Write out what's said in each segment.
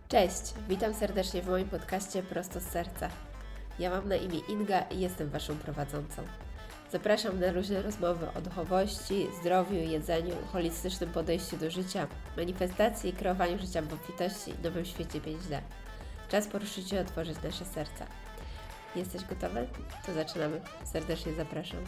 Cześć, witam serdecznie w moim podcaście Prosto z Serca. Ja mam na imię Inga i jestem Waszą prowadzącą. Zapraszam na różne rozmowy o duchowości, zdrowiu, jedzeniu, holistycznym podejściu do życia, manifestacji i kreowaniu życia w obfitości i nowym świecie 5D. Czas poruszyć i otworzyć nasze serca. Jesteś gotowy? To zaczynamy. Serdecznie zapraszam.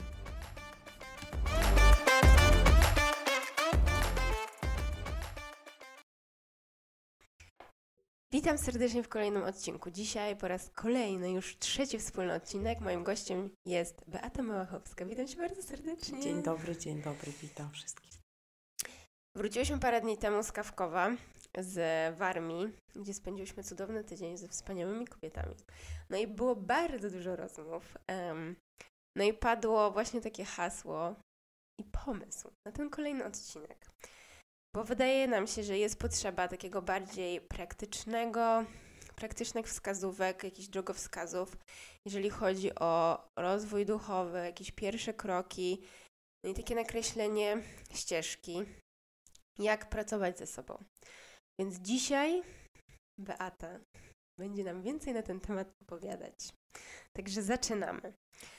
Witam serdecznie w kolejnym odcinku. Dzisiaj po raz kolejny, już trzeci wspólny odcinek. Moim gościem jest Beata Małachowska. Witam Cię bardzo serdecznie. Dzień dobry, witam wszystkich. Wróciłyśmy parę dni temu z Kawkowa, z Warmii, gdzie spędziłyśmy cudowny tydzień ze wspaniałymi kobietami. No i było bardzo dużo rozmów. No i padło właśnie takie hasło i pomysł na ten kolejny odcinek. Bo wydaje nam się, że jest potrzeba takiego bardziej praktycznych wskazówek, jakichś drogowskazów, jeżeli chodzi o rozwój duchowy, jakieś pierwsze kroki, no i takie nakreślenie ścieżki, jak pracować ze sobą. Więc dzisiaj Beata będzie nam więcej na ten temat opowiadać. Także zaczynamy.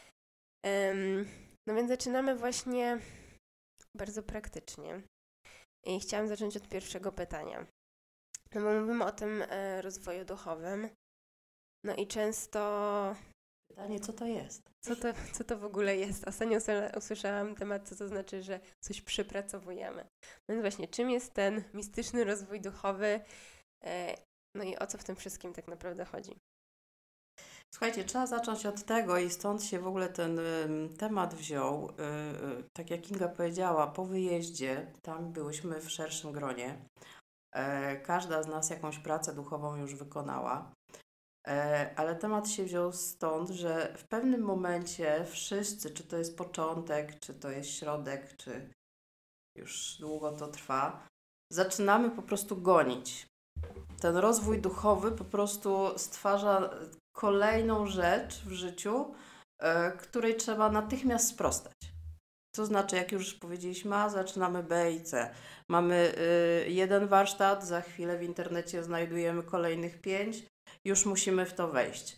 No więc zaczynamy właśnie bardzo praktycznie. I chciałam zacząć od pierwszego pytania. No bo mówimy o tym rozwoju duchowym. No i często... Pytanie, co to jest? Co to w ogóle jest? Ostatnio usłyszałam temat, co to znaczy, że coś przypracowujemy. No więc właśnie, czym jest ten mistyczny rozwój duchowy? No i o co w tym wszystkim tak naprawdę chodzi? Słuchajcie, trzeba zacząć od tego i stąd się w ogóle ten temat wziął. Tak jak Inga powiedziała, po wyjeździe, tam byłyśmy w szerszym gronie. Każda z nas jakąś pracę duchową już wykonała. Ale temat się wziął stąd, że w pewnym momencie wszyscy, czy to jest początek, czy to jest środek, czy już długo to trwa, zaczynamy po prostu gonić. Ten rozwój duchowy po prostu stwarza kolejną rzecz w życiu, której trzeba natychmiast sprostać. To znaczy, jak już powiedzieliśmy, zaczynamy B i C. Mamy jeden warsztat, za chwilę w internecie znajdujemy kolejnych 5, już musimy w to wejść.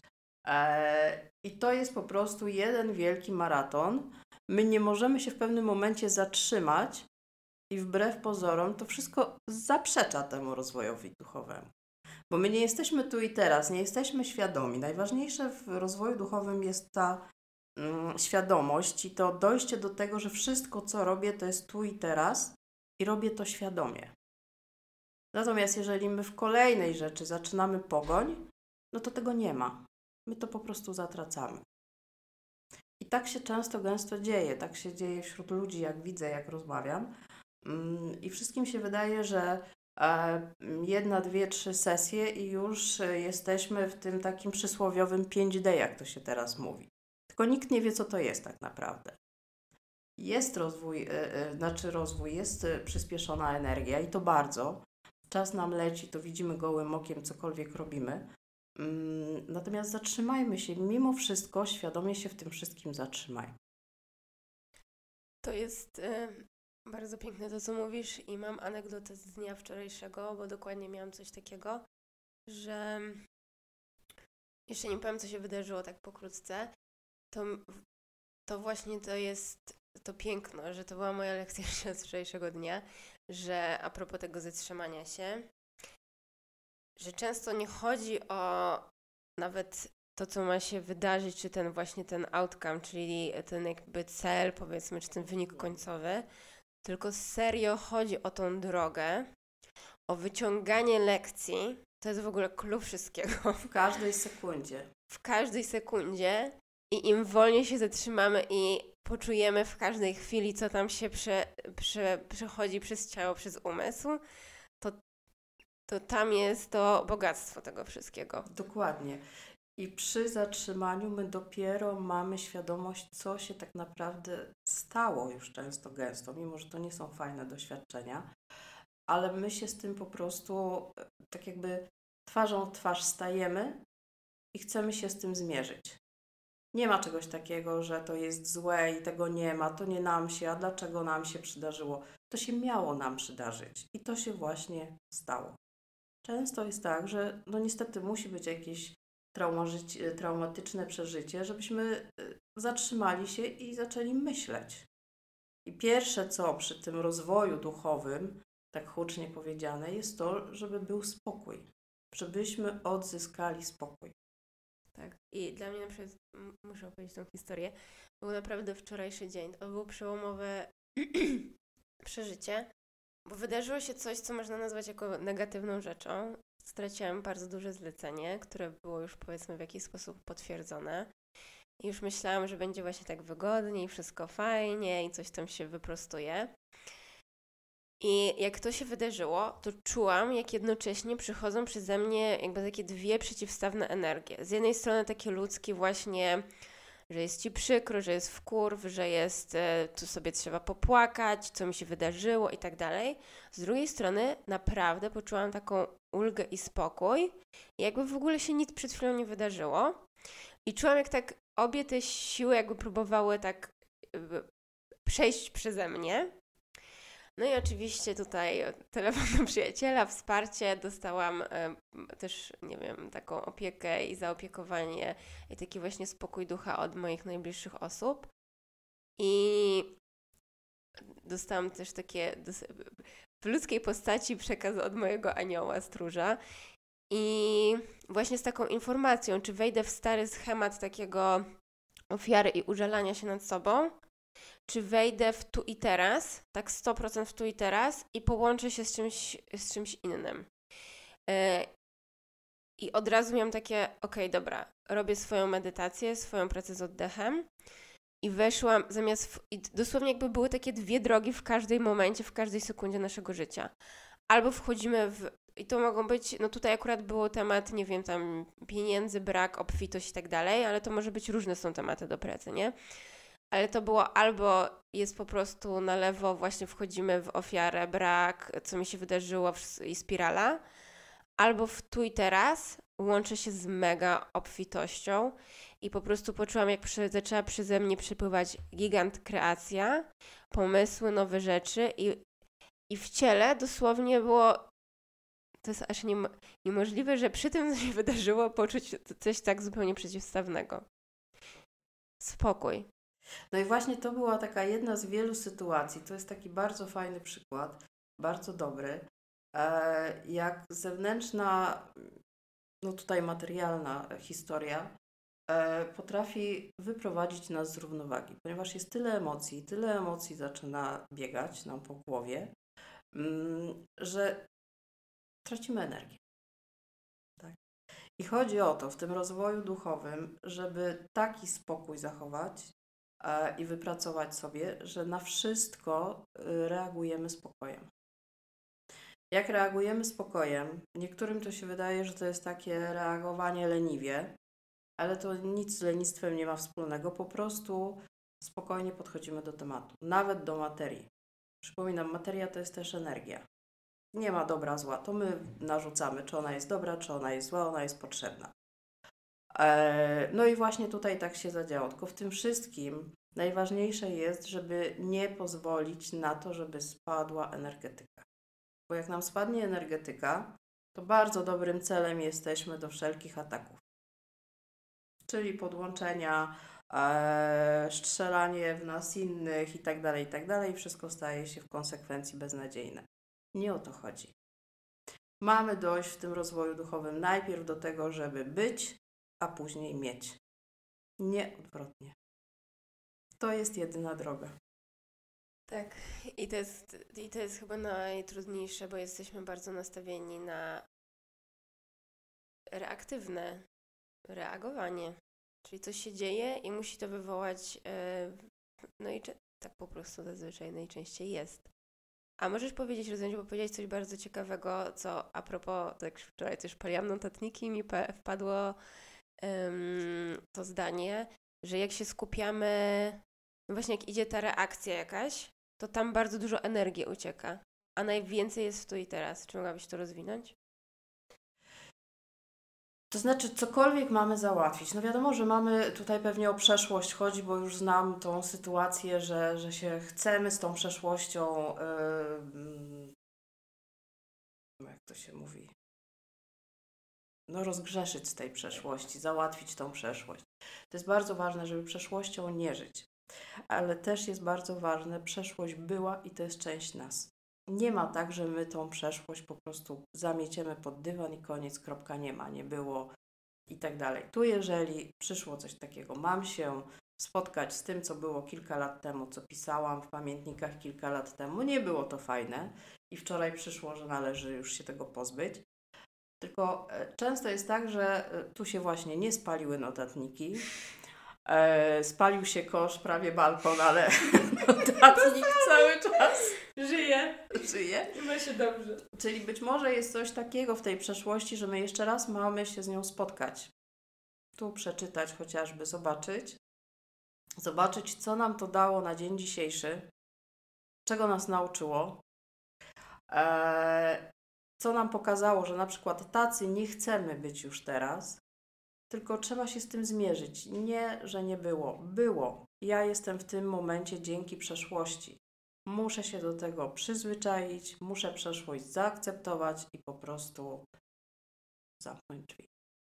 I to jest po prostu jeden wielki maraton. My nie możemy się w pewnym momencie zatrzymać i wbrew pozorom to wszystko zaprzecza temu rozwojowi duchowemu. Bo my nie jesteśmy tu i teraz, nie jesteśmy świadomi. Najważniejsze w rozwoju duchowym jest ta świadomość i to dojście do tego, że wszystko, co robię, to jest tu i teraz i robię to świadomie. Natomiast jeżeli my w kolejnej rzeczy zaczynamy pogoń, no to tego nie ma. My to po prostu zatracamy. I tak się często, gęsto dzieje. Tak się dzieje wśród ludzi, jak widzę, jak rozmawiam. I wszystkim się wydaje, że 1, 2, 3 sesje i już jesteśmy w tym takim przysłowiowym 5D, jak to się teraz mówi. Tylko nikt nie wie, co to jest tak naprawdę. Jest rozwój, jest przyspieszona energia i to bardzo. Czas nam leci, to widzimy gołym okiem, cokolwiek robimy. Natomiast zatrzymajmy się, mimo wszystko świadomie się w tym wszystkim zatrzymajmy. To jest bardzo piękne to, co mówisz i mam anegdotę z dnia wczorajszego, bo dokładnie miałam coś takiego, że jeszcze nie powiem, co się wydarzyło tak pokrótce, to właśnie to jest to piękno, że to była moja lekcja z wczorajszego dnia, że a propos tego zatrzymania się, że często nie chodzi o nawet to, co ma się wydarzyć, czy ten właśnie ten outcome, czyli ten jakby cel, powiedzmy, czy ten wynik końcowy, tylko serio chodzi o tą drogę, o wyciąganie lekcji. To jest w ogóle klucz wszystkiego. W każdej sekundzie. W każdej sekundzie i im wolniej się zatrzymamy i poczujemy w każdej chwili, co tam się przechodzi przez ciało, przez umysł, to tam jest to bogactwo tego wszystkiego. Dokładnie. I przy zatrzymaniu my dopiero mamy świadomość, co się tak naprawdę stało już często gęsto, mimo że to nie są fajne doświadczenia, ale my się z tym po prostu tak jakby twarzą w twarz stajemy i chcemy się z tym zmierzyć. Nie ma czegoś takiego, że to jest złe i tego nie ma, to nie nam się, a dlaczego nam się przydarzyło? To się miało nam przydarzyć i to się właśnie stało. Często jest tak, że no niestety musi być jakieś traumatyczne przeżycie, żebyśmy zatrzymali się i zaczęli myśleć. I pierwsze co przy tym rozwoju duchowym, tak hucznie powiedziane, jest to, żeby był spokój. Żebyśmy odzyskali spokój. Tak. I dla mnie na przykład, muszę opowiedzieć tą historię, był naprawdę wczorajszy dzień. To było przełomowe przeżycie, bo wydarzyło się coś, co można nazwać jako negatywną rzeczą. Straciłam bardzo duże zlecenie, które było już powiedzmy w jakiś sposób potwierdzone. I już myślałam, że będzie właśnie tak wygodnie i wszystko fajnie i coś tam się wyprostuje. I jak to się wydarzyło, to czułam, jak jednocześnie przychodzą przeze mnie jakby takie dwie przeciwstawne energie. Z jednej strony takie ludzkie właśnie, że jest ci przykro, że jest wkurw, że jest tu sobie trzeba popłakać, co mi się wydarzyło i tak dalej. Z drugiej strony naprawdę poczułam taką ulgę i spokój, jakby w ogóle się nic przed chwilą nie wydarzyło. I czułam, jak tak obie te siły jakby próbowały tak przejść przeze mnie. No i oczywiście tutaj telefon do przyjaciela, wsparcie, dostałam też, nie wiem, taką opiekę i zaopiekowanie i taki właśnie spokój ducha od moich najbliższych osób. I dostałam też takie w ludzkiej postaci przekaz od mojego anioła stróża. I właśnie z taką informacją, czy wejdę w stary schemat takiego ofiary i użalania się nad sobą, czy wejdę w tu i teraz, tak 100% w tu i teraz i połączę się z czymś innym. I od razu miałam takie, okej, dobra, robię swoją medytację, swoją pracę z oddechem i weszłam i dosłownie jakby były takie dwie drogi w każdym momencie, w każdej sekundzie naszego życia. Albo wchodzimy i to mogą być, no tutaj akurat było temat, nie wiem, tam pieniędzy, brak, obfitość i tak dalej, ale to może być różne są tematy do pracy, nie? Ale to było albo jest po prostu na lewo, właśnie wchodzimy w ofiarę, brak, co mi się wydarzyło i spirala, albo w tu i teraz łączę się z mega obfitością i po prostu poczułam, jak zaczęła przeze mnie przepływać gigant kreacja, pomysły, nowe rzeczy i w ciele dosłownie było, to jest aż niemożliwe, że przy tym, co się wydarzyło, poczuć coś tak zupełnie przeciwstawnego. Spokój. No i właśnie to była taka jedna z wielu sytuacji. To jest taki bardzo fajny przykład, bardzo dobry. Jak zewnętrzna, no tutaj materialna historia potrafi wyprowadzić nas z równowagi, ponieważ jest tyle emocji zaczyna biegać nam po głowie, że tracimy energię. Tak? I chodzi o to w tym rozwoju duchowym, żeby taki spokój zachować i wypracować sobie, że na wszystko reagujemy spokojem. Jak reagujemy spokojem? Niektórym to się wydaje, że to jest takie reagowanie leniwie, ale to nic z lenistwem nie ma wspólnego. Po prostu spokojnie podchodzimy do tematu, nawet do materii. Przypominam, materia to jest też energia. Nie ma dobra, zła. To my narzucamy, czy ona jest dobra, czy ona jest zła, ona jest potrzebna. No i właśnie tutaj tak się zadziało. Tylko w tym wszystkim najważniejsze jest, żeby nie pozwolić na to, żeby spadła energetyka. Bo jak nam spadnie energetyka, to bardzo dobrym celem jesteśmy do wszelkich ataków. Czyli podłączenia, strzelanie w nas innych i tak dalej, wszystko staje się w konsekwencji beznadziejne. Nie o to chodzi. Mamy dojść w tym rozwoju duchowym najpierw do tego, żeby być, a później mieć. Nie odwrotnie. To jest jedyna droga. Tak, i to jest chyba najtrudniejsze, bo jesteśmy bardzo nastawieni na reaktywne reagowanie. Czyli coś się dzieje i musi to wywołać, no i tak po prostu zazwyczaj najczęściej jest. A możesz powiedzieć, rozumiem, bo powiedziałeś coś bardzo ciekawego, co a propos, tak wczoraj też paliłam notatniki i mi wpadło to zdanie, że jak się skupiamy, no właśnie jak idzie ta reakcja jakaś, to tam bardzo dużo energii ucieka, a najwięcej jest w tu i teraz. Czy mogłabyś to rozwinąć? To znaczy, cokolwiek mamy załatwić. No wiadomo, że mamy tutaj pewnie o przeszłość chodzi, bo już znam tą sytuację, że się chcemy z tą przeszłością, jak to się mówi, rozgrzeszyć z tej przeszłości, załatwić tą przeszłość. To jest bardzo ważne, żeby przeszłością nie żyć. Ale też jest bardzo ważne, przeszłość była i to jest część nas. Nie ma tak, że my tą przeszłość po prostu zamieciemy pod dywan i koniec, kropka, nie ma, nie było i tak dalej. Tu jeżeli przyszło coś takiego, mam się spotkać z tym, co było kilka lat temu, co pisałam w pamiętnikach kilka lat temu, nie było to fajne i wczoraj przyszło, że należy już się tego pozbyć. Tylko często jest tak, że tu się właśnie nie spaliły notatniki, spalił się kosz, prawie balkon, ale notatnik cały czas Żyje. żyje. I ma się dobrze. Czyli być może jest coś takiego w tej przeszłości, że my jeszcze raz mamy się z nią spotkać. Tu przeczytać chociażby, zobaczyć, co nam to dało na dzień dzisiejszy, czego nas nauczyło, co nam pokazało, że na przykład tacy nie chcemy być już teraz, tylko trzeba się z tym zmierzyć. Nie, że nie było. Było. Ja jestem w tym momencie dzięki przeszłości. Muszę się do tego przyzwyczaić, muszę przeszłość zaakceptować i po prostu zamknąć drzwi.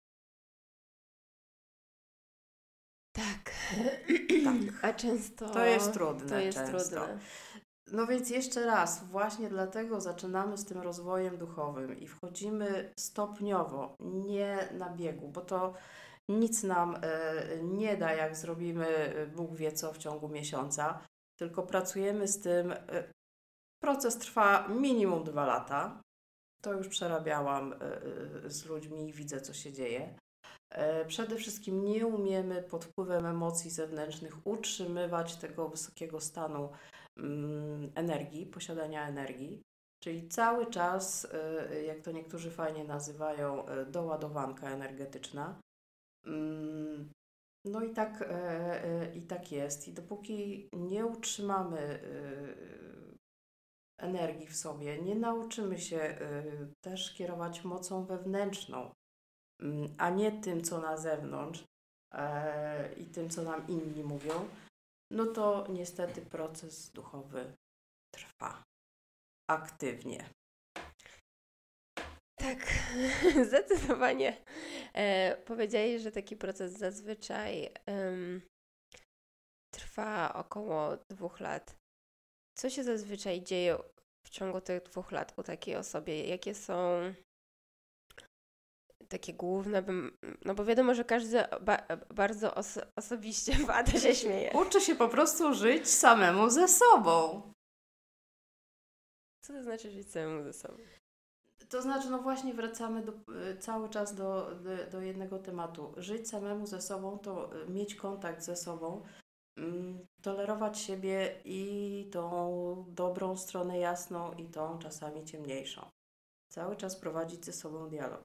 Tak. Tak. A często To jest trudne. To jest często. trudne. No więc jeszcze raz, właśnie dlatego zaczynamy z tym rozwojem duchowym i wchodzimy stopniowo, nie na biegu, bo to nic nam nie da, jak zrobimy Bóg wie co w ciągu miesiąca, tylko pracujemy z tym. Proces trwa minimum 2 lata. To już przerabiałam z ludźmi i widzę, co się dzieje. Przede wszystkim nie umiemy pod wpływem emocji zewnętrznych utrzymywać tego wysokiego stanu energii, posiadania energii. Czyli cały czas, jak to niektórzy fajnie nazywają, doładowanka energetyczna. No i tak jest. I dopóki nie utrzymamy energii w sobie, nie nauczymy się też kierować mocą wewnętrzną, a nie tym, co na zewnątrz i tym, co nam inni mówią, no to niestety proces duchowy trwa aktywnie. Tak, zdecydowanie. Powiedziałeś, że taki proces zazwyczaj trwa około 2 lat. Co się zazwyczaj dzieje w ciągu tych 2 lat u takiej osobie? Jakie są takie główne, no bo wiadomo, że każdy bardzo osobiście Ada się śmieje. Uczy się po prostu żyć samemu ze sobą. Co to znaczy żyć samemu ze sobą? To znaczy, no właśnie wracamy cały czas do jednego tematu. Żyć samemu ze sobą to mieć kontakt ze sobą, tolerować siebie i tą dobrą stronę jasną i tą czasami ciemniejszą. Cały czas prowadzić ze sobą dialog.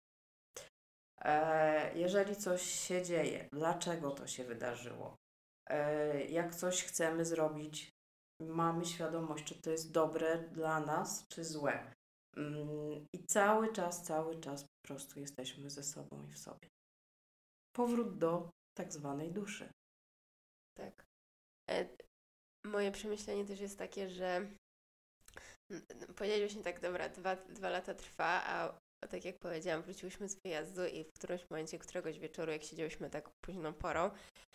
Jeżeli coś się dzieje, dlaczego to się wydarzyło, jak coś chcemy zrobić, mamy świadomość, czy to jest dobre dla nas, czy złe. I cały czas po prostu jesteśmy ze sobą i w sobie. Powrót do tak zwanej duszy. Tak. Moje przemyślenie też jest takie, że powiedziałeś właśnie tak, dobra, 2 lata trwa, a tak jak powiedziałam, wróciłyśmy z wyjazdu i w którymś momencie, któregoś wieczoru, jak siedziałyśmy tak późną porą,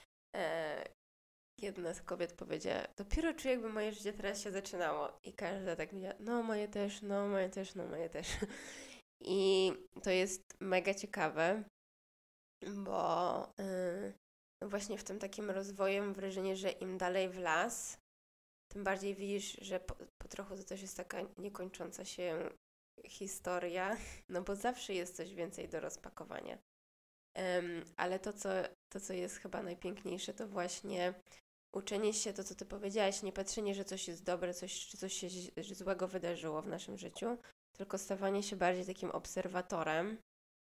jedna z kobiet powiedziała, dopiero czuję, jakby moje życie teraz się zaczynało. I każda tak mówiła, no moje też, no moje też, no moje też. I to jest mega ciekawe, bo właśnie w tym takim rozwoju mam wrażenie, że im dalej w las, tym bardziej widzisz, że po trochu to też jest taka niekończąca się historia, no bo zawsze jest coś więcej do rozpakowania. Ale to, co jest chyba najpiękniejsze, to właśnie uczenie się, to co ty powiedziałaś, nie patrzenie, że coś jest dobre, czy coś się złego wydarzyło w naszym życiu, tylko stawanie się bardziej takim obserwatorem.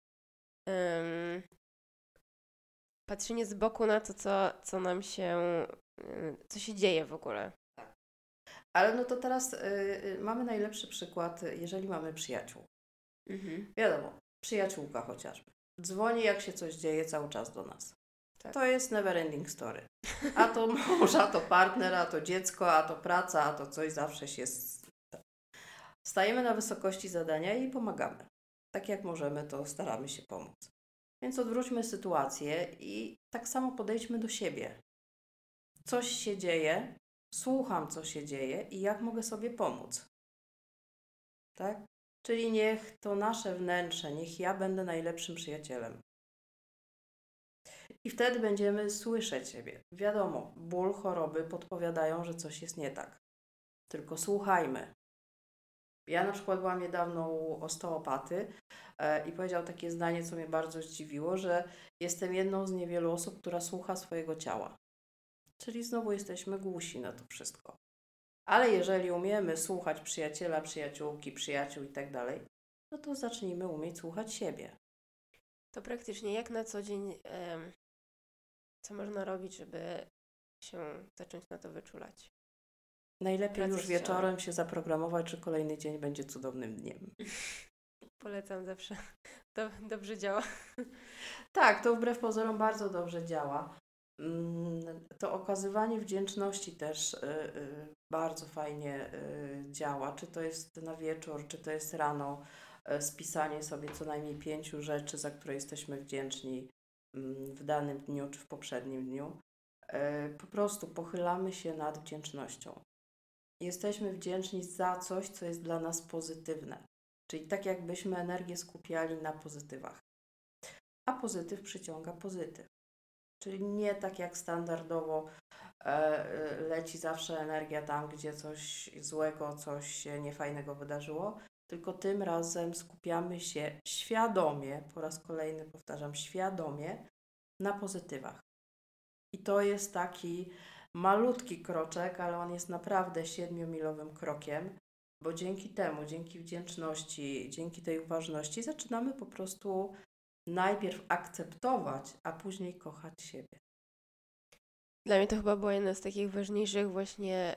Patrzenie z boku na to, co nam się, co się dzieje w ogóle. Ale no to teraz mamy najlepszy przykład, jeżeli mamy przyjaciół. Wiadomo, przyjaciółka chociażby. Dzwoni, jak się coś dzieje, cały czas do nas. Tak. To jest never ending story. A to mąż, a to partner, a to dziecko, a to praca, a to coś zawsze się... Stajemy na wysokości zadania i pomagamy. Tak jak możemy, to staramy się pomóc. Więc odwróćmy sytuację i tak samo podejdźmy do siebie. Coś się dzieje, słucham, co się dzieje i jak mogę sobie pomóc. Tak? Czyli niech to nasze wnętrze, niech ja będę najlepszym przyjacielem. I wtedy będziemy słyszeć siebie. Wiadomo, ból, choroby podpowiadają, że coś jest nie tak. Tylko słuchajmy. Ja na przykład byłam niedawno u osteopaty i powiedział takie zdanie, co mnie bardzo zdziwiło, że jestem jedną z niewielu osób, która słucha swojego ciała. Czyli znowu jesteśmy głusi na to wszystko. Ale jeżeli umiemy słuchać przyjaciela, przyjaciółki, przyjaciół i tak dalej, no to zacznijmy umieć słuchać siebie. To praktycznie jak na co dzień, co można robić, żeby się zacząć na to wyczulać? Najlepiej Praca już z ciałem. wieczorem się zaprogramować, że kolejny dzień będzie cudownym dniem. Polecam zawsze. To dobrze działa. Tak, to wbrew pozorom bardzo dobrze działa. To okazywanie wdzięczności też bardzo fajnie działa. Czy to jest na wieczór, czy to jest rano. Spisanie sobie co najmniej 5 rzeczy, za które jesteśmy wdzięczni w danym dniu, czy w poprzednim dniu. Po prostu pochylamy się nad wdzięcznością. Jesteśmy wdzięczni za coś, co jest dla nas pozytywne. Czyli tak jakbyśmy energię skupiali na pozytywach. A pozytyw przyciąga pozytyw. Czyli nie tak jak standardowo leci zawsze energia tam, gdzie coś złego, coś się niefajnego wydarzyło, tylko tym razem skupiamy się świadomie, po raz kolejny powtarzam, świadomie na pozytywach. I to jest taki malutki kroczek, ale on jest naprawdę 7-milowym krokiem, bo dzięki temu, dzięki wdzięczności, dzięki tej uważności zaczynamy po prostu najpierw akceptować, a później kochać siebie. Dla mnie to chyba była jedna z takich ważniejszych właśnie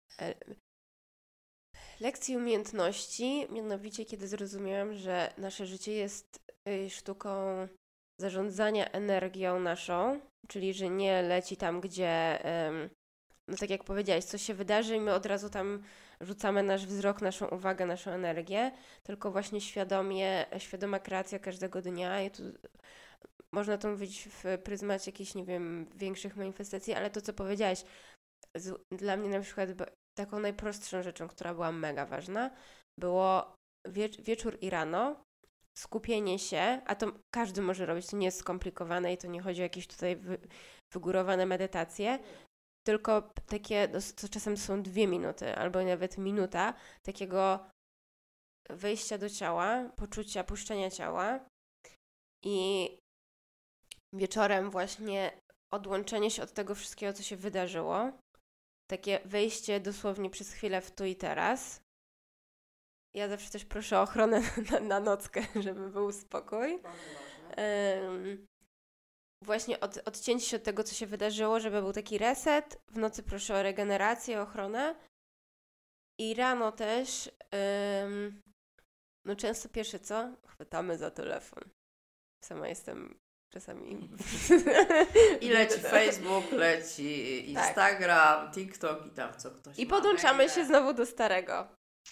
lekcji umiejętności, mianowicie kiedy zrozumiałam, że nasze życie jest sztuką zarządzania energią naszą, czyli że nie leci tam, gdzie, no tak jak powiedziałaś, coś się wydarzy i my od razu tam rzucamy nasz wzrok, naszą uwagę, naszą energię, tylko właśnie świadoma kreacja każdego dnia i tu można to mówić w pryzmacie jakichś, nie wiem, większych manifestacji, ale to, co powiedziałaś, dla mnie na przykład taką najprostszą rzeczą, która była mega ważna, było wieczór i rano, skupienie się, a to każdy może robić, to nie jest skomplikowane i to nie chodzi o jakieś tutaj wygórowane medytacje, tylko takie, co czasem są 2 minuty albo nawet minuta takiego wejścia do ciała, poczucia puszczenia ciała i wieczorem właśnie odłączenie się od tego wszystkiego, co się wydarzyło. Takie wejście dosłownie przez chwilę w tu i teraz. Ja zawsze też proszę o ochronę na nockę, żeby był spokój. Właśnie odcięcie się od tego, co się wydarzyło, żeby był taki reset. W nocy proszę o regenerację, ochronę. I rano też, no często pierwsze co? Chwytamy za telefon. Sama jestem czasami... I leci Facebook, leci Instagram, TikTok i tam co ktoś I ma. podłączamy się znowu do starego.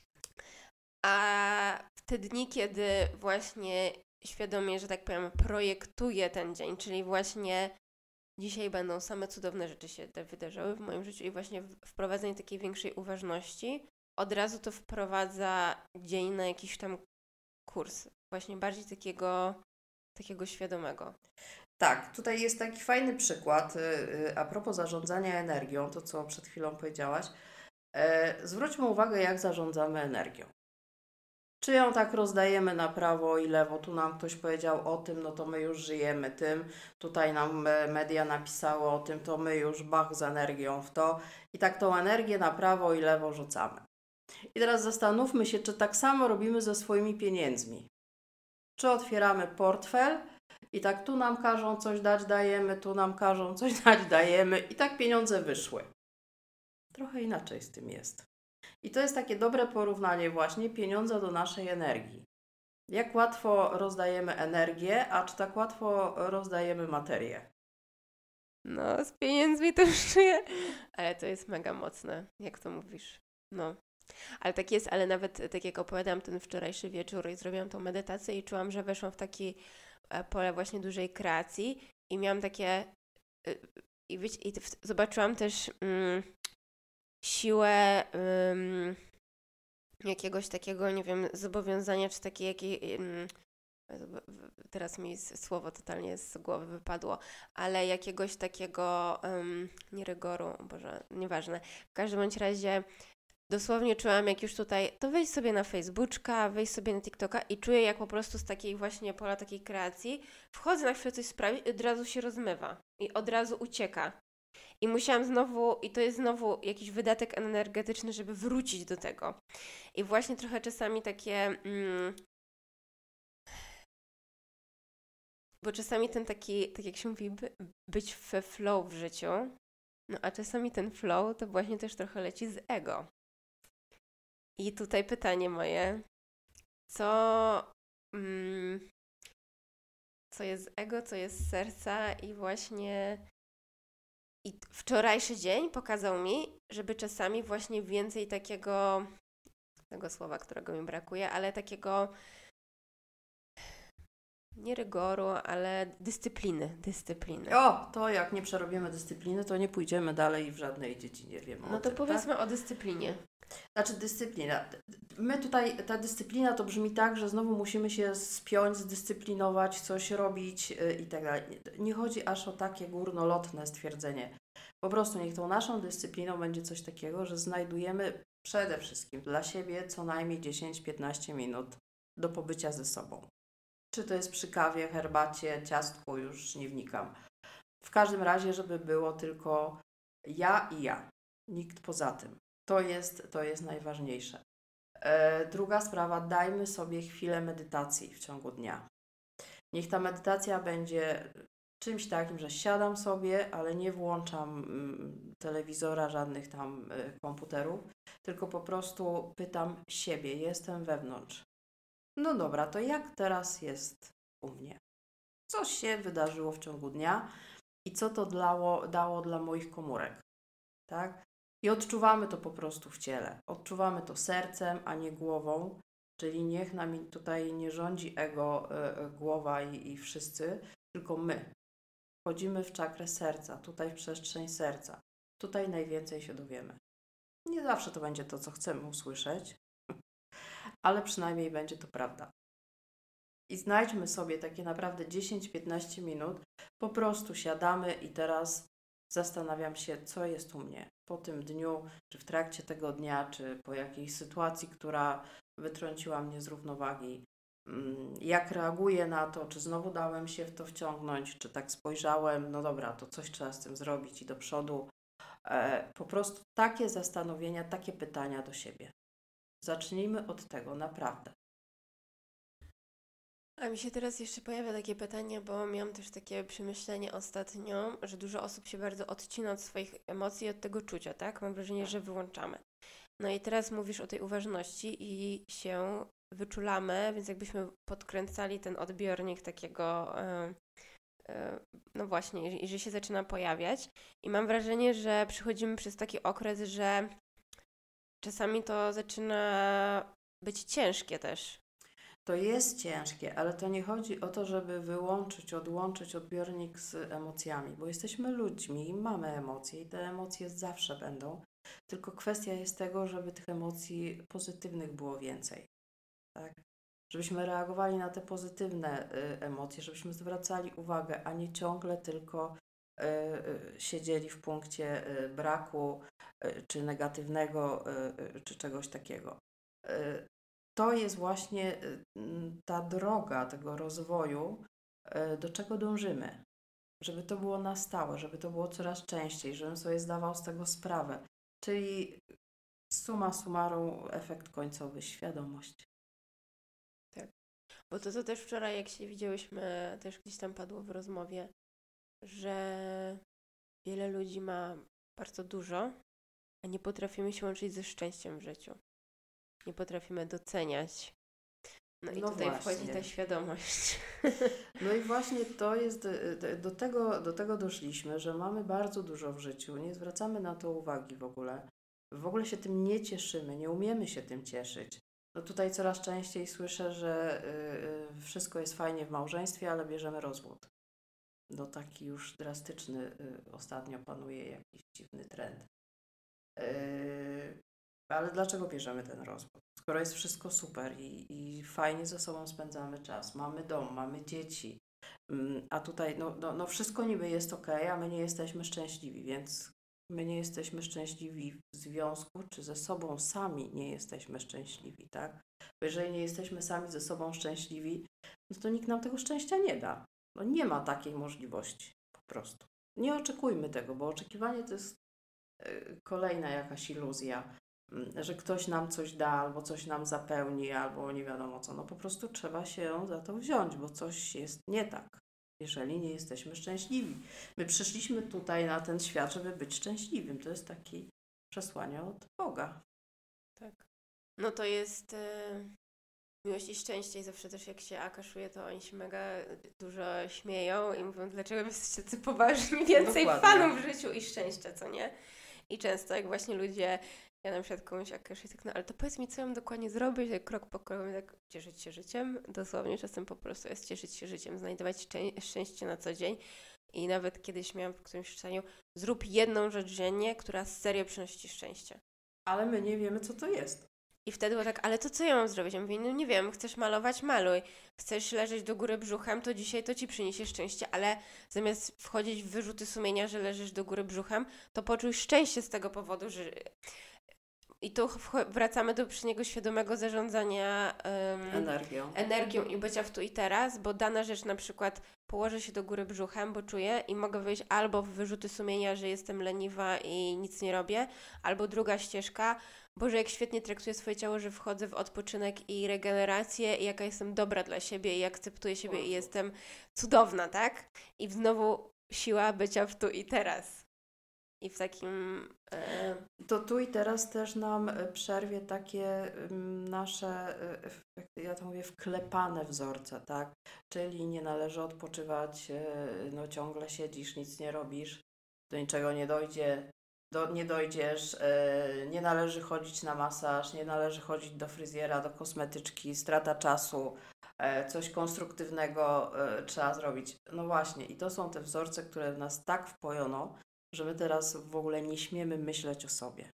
A w te dni, kiedy właśnie świadomie, że tak powiem, projektuję ten dzień, czyli właśnie dzisiaj będą same cudowne rzeczy się wydarzały w moim życiu i właśnie wprowadzenie takiej większej uważności, od razu to wprowadza dzień na jakiś tam kurs. Właśnie bardziej takiego świadomego. Tak, tutaj jest taki fajny przykład a propos zarządzania energią, to co przed chwilą powiedziałaś. Zwróćmy uwagę, jak zarządzamy energią. Czy ją tak rozdajemy na prawo i lewo, tu nam ktoś powiedział o tym, no to my już żyjemy tym, tutaj nam media napisały o tym, to my już bach z energią w to i tak tą energię na prawo i lewo rzucamy. I teraz zastanówmy się, czy tak samo robimy ze swoimi pieniędzmi. Czy otwieramy portfel i tak tu nam każą coś dać, dajemy, tu nam każą coś dać, dajemy i tak pieniądze wyszły. Trochę inaczej z tym jest. I to jest takie dobre porównanie właśnie pieniądza do naszej energii. Jak łatwo rozdajemy energię, a czy tak łatwo rozdajemy materię? No, z pieniędzmi to już czuję, ale to jest mega mocne, jak to mówisz. No, Ale tak jest, ale nawet tak jak opowiadałam ten wczorajszy wieczór i zrobiłam tą medytację i czułam, że weszłam w takie pole właśnie dużej kreacji i miałam takie i, zobaczyłam też siłę jakiegoś takiego, nie wiem, zobowiązania, czy takiej teraz mi słowo totalnie z głowy wypadło, ale jakiegoś takiego, nie rygoru, Boże, nieważne. W każdym bądź razie dosłownie czułam, jak już tutaj, to wejść sobie na Facebooka, wejść sobie na TikToka i czuję, jak po prostu z takiej właśnie pola takiej kreacji wchodzę na chwilę coś sprawić i od razu się rozmywa i od razu ucieka. I musiałam znowu, i to jest znowu jakiś wydatek energetyczny, żeby wrócić do tego. I właśnie trochę czasami takie, bo czasami ten taki, tak jak się mówi, być we flow w życiu, no a czasami ten flow to właśnie też trochę leci z ego. I tutaj pytanie moje, co, co jest z ego, co jest z serca i właśnie i wczorajszy dzień pokazał mi, żeby czasami właśnie więcej takiego, tego słowa, którego mi brakuje, ale takiego nie rygoru, ale dyscypliny. O, to jak nie przerobimy dyscypliny, to nie pójdziemy dalej w żadnej dziedzinie, wiem No o to tym, powiedzmy o dyscyplinie. Znaczy dyscyplina. My tutaj, ta dyscyplina to brzmi tak, że znowu musimy się spiąć, zdyscyplinować, coś robić i tak dalej. Nie chodzi aż o takie górnolotne stwierdzenie. Po prostu niech tą naszą dyscypliną będzie coś takiego, że znajdujemy przede wszystkim dla siebie co najmniej 10-15 minut do pobycia ze sobą. Czy to jest przy kawie, herbacie, ciastku, już nie wnikam. W każdym razie, żeby było tylko ja i ja. Nikt poza tym. To jest najważniejsze. Druga sprawa, dajmy sobie chwilę medytacji w ciągu dnia. Niech ta medytacja będzie czymś takim, że siadam sobie, ale nie włączam telewizora, żadnych tam komputerów, tylko po prostu pytam siebie, jestem wewnątrz. No dobra, to jak teraz jest u mnie? Co się wydarzyło w ciągu dnia i co to dało dla moich komórek? Tak? I odczuwamy to po prostu w ciele. Odczuwamy to sercem, a nie głową, czyli niech nami tutaj nie rządzi ego, głowa i wszyscy, tylko my. Wchodzimy w czakrę serca, tutaj w przestrzeń serca. Tutaj najwięcej się dowiemy. Nie zawsze to będzie to, co chcemy usłyszeć, ale przynajmniej będzie to prawda. I znajdźmy sobie takie naprawdę 10-15 minut, po prostu siadamy i teraz zastanawiam się, co jest u mnie po tym dniu, czy w trakcie tego dnia, czy po jakiejś sytuacji, która wytrąciła mnie z równowagi. Jak reaguję na to, czy znowu dałem się w to wciągnąć, czy tak spojrzałem, no dobra, to coś trzeba z tym zrobić i do przodu. Po prostu takie zastanowienia, takie pytania do siebie. Zacznijmy od tego, naprawdę. A mi się teraz jeszcze pojawia takie pytanie, bo miałam też takie przemyślenie ostatnio, że dużo osób się bardzo odcina od swoich emocji i od tego czucia, tak? Mam wrażenie, że wyłączamy. No i teraz mówisz o tej uważności i się wyczulamy, więc jakbyśmy podkręcali ten odbiornik takiego, no właśnie, i że się zaczyna pojawiać. I mam wrażenie, że przychodzimy przez taki okres, że czasami to zaczyna być ciężkie też. To jest ciężkie, ale to nie chodzi o to, żeby odłączyć odbiornik z emocjami, bo jesteśmy ludźmi i mamy emocje i te emocje zawsze będą. Tylko kwestia jest tego, żeby tych emocji pozytywnych było więcej. Tak? Żebyśmy reagowali na te pozytywne emocje, żebyśmy zwracali uwagę, a nie ciągle tylko siedzieli w punkcie braku czy negatywnego czy czegoś takiego. To jest właśnie ta droga tego rozwoju, do czego dążymy. Żeby to było na stałe, żeby to było coraz częściej, żebym sobie zdawał z tego sprawę. Czyli summa summarum, efekt końcowy, świadomość. Tak. Bo to też wczoraj, jak się widziałyśmy, też gdzieś tam padło w rozmowie, że wiele ludzi ma bardzo dużo, a nie potrafimy się łączyć ze szczęściem w życiu. Nie potrafimy doceniać. No i tutaj właśnie. wchodzi ta świadomość. No i właśnie to jest, do tego doszliśmy, że mamy bardzo dużo w życiu, nie zwracamy na to uwagi w ogóle. w ogóle się tym nie cieszymy, nie umiemy się tym cieszyć. No tutaj coraz częściej słyszę, że wszystko jest fajnie w małżeństwie, ale bierzemy rozwód. No taki już drastyczny ostatnio panuje jakiś dziwny trend. Ale dlaczego bierzemy ten rozwód? Skoro jest wszystko super i fajnie ze sobą spędzamy czas, mamy dom, mamy dzieci, a tutaj no wszystko niby jest okej, a my nie jesteśmy szczęśliwi, więc my nie jesteśmy szczęśliwi w związku, czy ze sobą sami nie jesteśmy szczęśliwi, tak? Bo jeżeli nie jesteśmy sami ze sobą szczęśliwi, no to nikt nam tego szczęścia nie da. No nie ma takiej możliwości po prostu. Nie oczekujmy tego, bo oczekiwanie to jest kolejna jakaś iluzja, że ktoś nam coś da, albo coś nam zapełni, albo nie wiadomo co. No po prostu trzeba się za to wziąć, bo coś jest nie tak, jeżeli nie jesteśmy szczęśliwi. My przyszliśmy tutaj na ten świat, żeby być szczęśliwym. To jest takie przesłanie od Boga. Tak. No to jest miłość i szczęście i zawsze też jak się akaszuje, to oni się mega dużo śmieją i mówią, dlaczego wy jesteście tacy poważni, więcej Dokładnie. fanów w życiu i szczęścia, co nie? I często jak właśnie ludzie, ja na przykład komuś akaszuję, tak, no ale to powiedz mi, co ja mam dokładnie zrobić, tak krok po kroku, tak cieszyć się życiem, dosłownie czasem po prostu jest cieszyć się życiem, znajdować szczęście na co dzień. I nawet kiedyś miałam w którymś czytaniu, zrób jedną rzecz dziennie, która serio przynosi ci szczęście. Ale my nie wiemy, co to jest. I wtedy było tak, ale to co ja mam zrobić? Ja mówię, no nie wiem, chcesz malować, maluj. Chcesz leżeć do góry brzuchem, to dzisiaj to ci przyniesie szczęście, ale zamiast wchodzić w wyrzuty sumienia, że leżysz do góry brzuchem, to poczuj szczęście z tego powodu, że... I tu wracamy do poprzedniego świadomego zarządzania energią i bycia w tu i teraz, bo dana rzecz na przykład położę się do góry brzuchem, bo czuję i mogę wyjść albo w wyrzuty sumienia, że jestem leniwa i nic nie robię, albo druga ścieżka, Boże, jak świetnie traktuję swoje ciało, że wchodzę w odpoczynek i regenerację i jaka jestem dobra dla siebie i akceptuję siebie i jestem cudowna, tak? I znowu siła bycia w tu i teraz. I w takim... To tu i teraz też nam przerwie takie nasze, ja to mówię, wklepane wzorce, tak? Czyli nie należy odpoczywać, no ciągle siedzisz, nic nie robisz, do niczego nie dojdzie, nie dojdziesz, nie należy chodzić na masaż, nie należy chodzić do fryzjera, do kosmetyczki, strata czasu, coś konstruktywnego trzeba zrobić. No właśnie, i to są te wzorce, które w nas tak wpojono, że my teraz w ogóle nie śmiemy myśleć o sobie.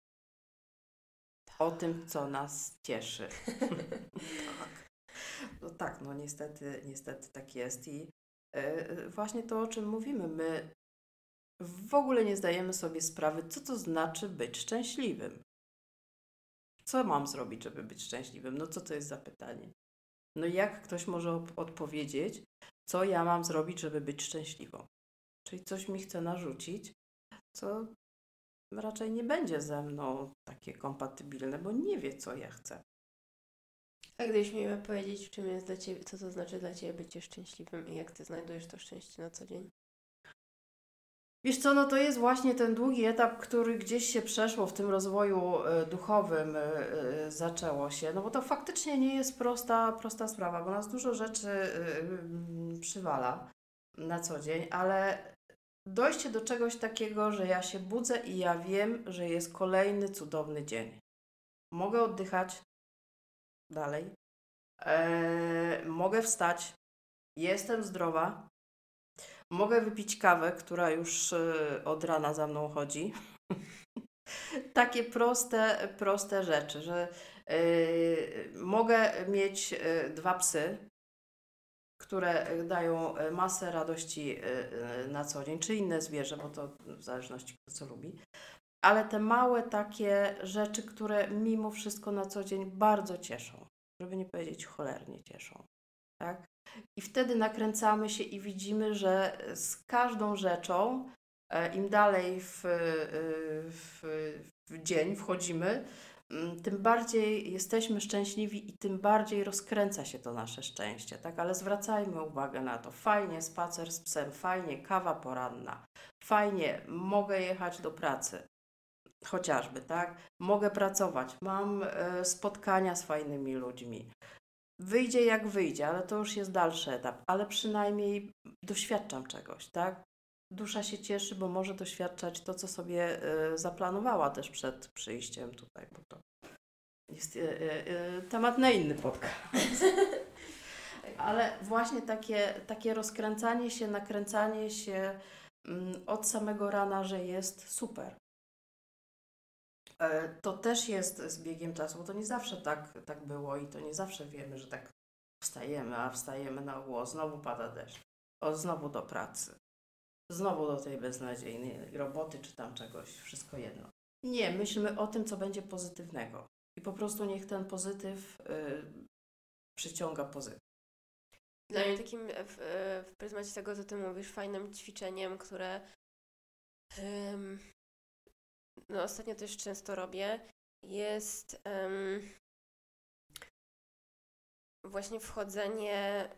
O tym, co nas cieszy. Tak. No tak, no niestety tak jest. I właśnie to, o czym mówimy, my w ogóle nie zdajemy sobie sprawy, co to znaczy być szczęśliwym. Co mam zrobić, żeby być szczęśliwym? No co to jest za pytanie? No jak ktoś może odpowiedzieć, co ja mam zrobić, żeby być szczęśliwą? Czyli coś mi chce narzucić, co raczej nie będzie ze mną takie kompatybilne, bo nie wie, co ja chcę. A gdybyś miała powiedzieć, czym jest dla Ciebie, co to znaczy dla Ciebie bycie szczęśliwym i jak Ty znajdujesz to szczęście na co dzień? Wiesz co, no to jest właśnie ten długi etap, który gdzieś się przeszło w tym rozwoju duchowym, zaczęło się, no bo to faktycznie nie jest prosta sprawa, bo nas dużo rzeczy przywala na co dzień, ale dojście do czegoś takiego, że ja się budzę i ja wiem, że jest kolejny cudowny dzień. Mogę oddychać dalej, mogę wstać, jestem zdrowa, mogę wypić kawę, która już od rana za mną chodzi. Takie proste rzeczy, że mogę mieć 2 psy, które dają masę radości na co dzień, czy inne zwierzę, bo to w zależności kto co lubi. Ale te małe takie rzeczy, które mimo wszystko na co dzień bardzo cieszą, żeby nie powiedzieć cholernie cieszą, tak? I wtedy nakręcamy się i widzimy, że z każdą rzeczą, im dalej w dzień wchodzimy, tym bardziej jesteśmy szczęśliwi i tym bardziej rozkręca się to nasze szczęście, tak? Ale zwracajmy uwagę na to. Fajnie spacer z psem, fajnie kawa poranna, fajnie mogę jechać do pracy, chociażby, tak? Mogę pracować, mam spotkania z fajnymi ludźmi. Wyjdzie jak wyjdzie, ale to już jest dalszy etap, ale przynajmniej doświadczam czegoś, tak? dusza się cieszy, bo może doświadczać to, co sobie zaplanowała też przed przyjściem tutaj, bo to jest temat na inny podcast. Ale właśnie takie rozkręcanie się, nakręcanie się od samego rana, że jest super. To też jest z biegiem czasu, bo to nie zawsze tak było i to nie zawsze wiemy, że tak wstajemy na ogół, znowu pada deszcz, znowu do pracy, znowu do tej beznadziejnej roboty czy tam czegoś, wszystko jedno. Nie, myślmy o tym, co będzie pozytywnego i po prostu niech ten pozytyw przyciąga pozytyw. Dla mnie takim w pryzmacie tego, co ty mówisz, fajnym ćwiczeniem, które no ostatnio też często robię, jest właśnie wchodzenie,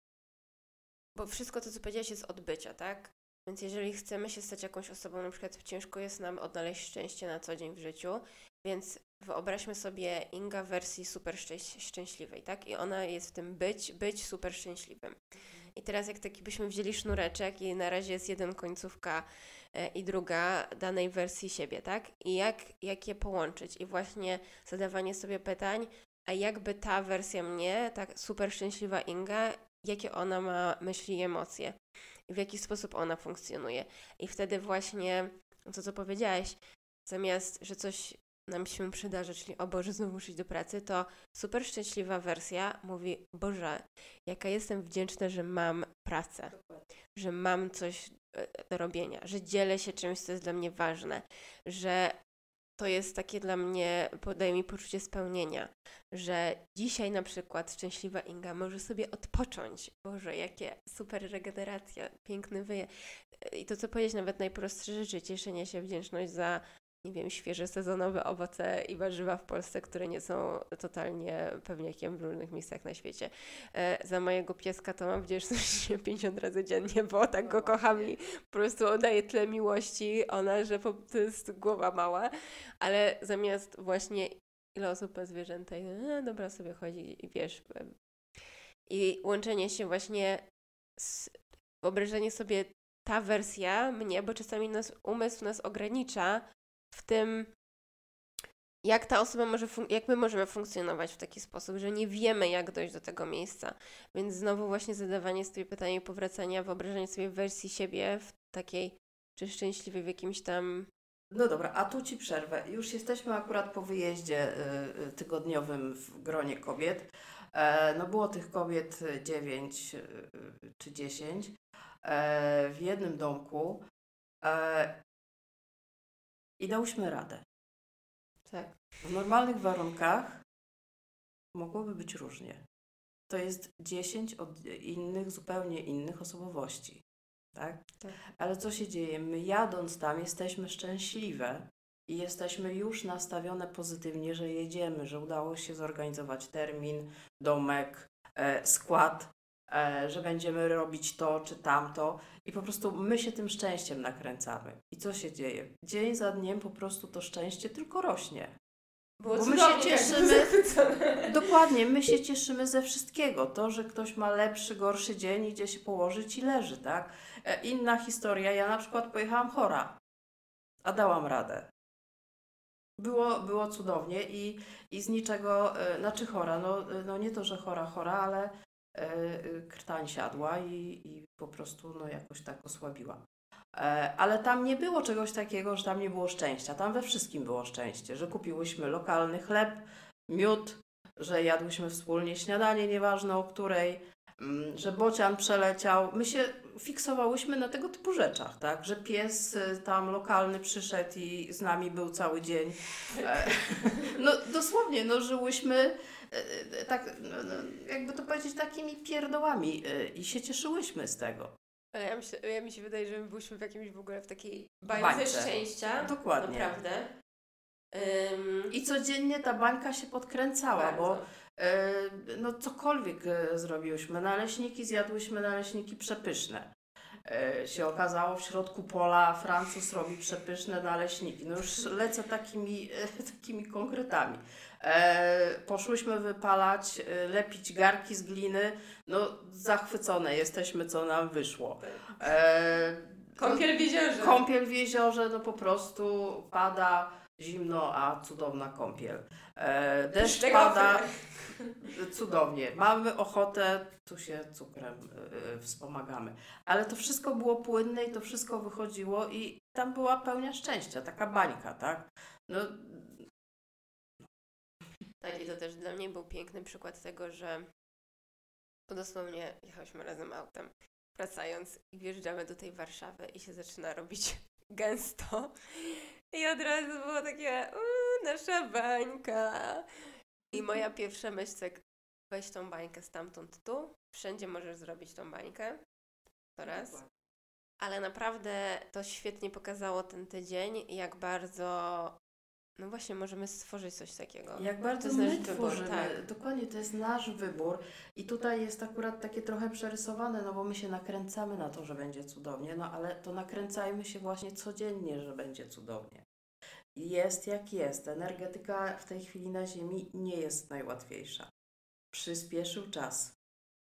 bo wszystko to, co powiedziałaś, jest od bycia, tak? Więc jeżeli chcemy się stać jakąś osobą, na przykład ciężko jest nam odnaleźć szczęście na co dzień w życiu, więc wyobraźmy sobie Inga w wersji super szczęśliwej, tak? I ona jest w tym być super szczęśliwym. I teraz jak taki byśmy wzięli sznureczek i na razie jest jeden końcówka i druga danej wersji siebie, tak? I jak je połączyć? I właśnie zadawanie sobie pytań, a jakby ta wersja mnie, ta super szczęśliwa Inga, jakie ona ma myśli i emocje? I w jaki sposób ona funkcjonuje? I wtedy właśnie, to co powiedziałaś, zamiast, że coś nam się przydarzy, czyli o Boże, znowu muszę iść do pracy, to super szczęśliwa wersja mówi, Boże, jaka jestem wdzięczna, że mam pracę, że mam coś do robienia, że dzielę się czymś, co jest dla mnie ważne, że to jest takie dla mnie, daje mi poczucie spełnienia, że dzisiaj na przykład szczęśliwa Inga może sobie odpocząć. Boże, jakie super regeneracja, piękny wyjazd. I to, co powiedzieć, nawet najprostsze rzeczy, cieszenie się, wdzięczność za, nie wiem, świeże, sezonowe owoce i warzywa w Polsce, które nie są totalnie pewniakiem w różnych miejscach na świecie. Za mojego pieska to mam wdzięczność 50 razy dziennie, bo tak go kocham i po prostu oddaję tyle miłości, ona, że to jest głowa mała, ale zamiast właśnie ile osób ma zwierzęta i dobra sobie chodzi i wiesz, i łączenie się właśnie wyobrażenie sobie ta wersja mnie, bo czasami umysł nas ogranicza w tym, jak ta osoba może, jak my możemy funkcjonować w taki sposób, że nie wiemy, jak dojść do tego miejsca. Więc znowu właśnie zadawanie sobie pytania i powracania, wyobrażenie sobie wersji siebie w takiej, czy szczęśliwej w jakimś tam... No dobra, a tu Ci przerwę. Już jesteśmy akurat po wyjeździe tygodniowym w gronie kobiet. No było tych kobiet 9 czy 10 w jednym domku i dałyśmy radę. Tak. W normalnych warunkach mogłoby być różnie. To jest 10 od zupełnie innych osobowości. Tak? Tak. Ale co się dzieje? My jadąc tam jesteśmy szczęśliwe i jesteśmy już nastawione pozytywnie, że jedziemy, że udało się zorganizować termin, domek, skład, że będziemy robić to czy tamto i po prostu my się tym szczęściem nakręcamy. I co się dzieje? Dzień za dniem po prostu to szczęście tylko rośnie. Bo my się cieszymy, dokładnie, my się cieszymy ze wszystkiego. To, że ktoś ma lepszy, gorszy dzień, idzie się położyć i leży, tak? Inna historia, ja na przykład pojechałam chora, a dałam radę. Było cudownie i z niczego, znaczy chora, no nie to, że chora, ale krtań siadła i po prostu no jakoś tak osłabiła. Ale tam nie było czegoś takiego, że tam nie było szczęścia. Tam we wszystkim było szczęście, że kupiłyśmy lokalny chleb, miód, że jadłyśmy wspólnie śniadanie, nieważne o której, że bocian przeleciał. My się fiksowałyśmy na tego typu rzeczach, tak? Że pies tam lokalny przyszedł i z nami był cały dzień. No dosłownie, no żyłyśmy tak, jakby to powiedzieć, takimi pierdołami i się cieszyłyśmy z tego. Ale mi się wydaje, że my byliśmy w jakimś w ogóle w takiej bańce szczęścia. Dokładnie. Naprawdę. I codziennie ta bańka się podkręcała, Bardzo. bo no cokolwiek zrobiłyśmy. Naleśniki zjadłyśmy, naleśniki przepyszne. Się okazało, w środku pola Francuz robi przepyszne naleśniki. No już lecę takimi konkretami. Poszłyśmy wypalać, lepić garki z gliny. No zachwycone jesteśmy, co nam wyszło. Kąpiel w jeziorze. Kąpiel w jeziorze, no po prostu pada zimno, a cudowna kąpiel. Deszcz Tego pada, cudownie. Mamy ochotę, tu się cukrem wspomagamy. Ale to wszystko było płynne i to wszystko wychodziło i tam była pełnia szczęścia, taka bańka, tak? No, Tak, i to też dla mnie był piękny przykład tego, że dosłownie jechałyśmy razem autem, wracając i wjeżdżamy do tej Warszawy i się zaczyna robić gęsto. I od razu było takie, nasza bańka. I moja pierwsza myśl, tak, weź tą bańkę stamtąd tu, wszędzie możesz zrobić tą bańkę. To raz. Ale naprawdę to świetnie pokazało ten tydzień, jak bardzo, no właśnie, możemy stworzyć coś takiego. jak bardzo To jest my nasz wybór, tworzymy, tak. dokładnie, to jest nasz wybór i tutaj jest akurat takie trochę przerysowane, no bo my się nakręcamy na to, że będzie cudownie, no ale to nakręcajmy się właśnie codziennie, że będzie cudownie. Jest jak jest. Energetyka w tej chwili na Ziemi nie jest najłatwiejsza. Przyspieszył czas.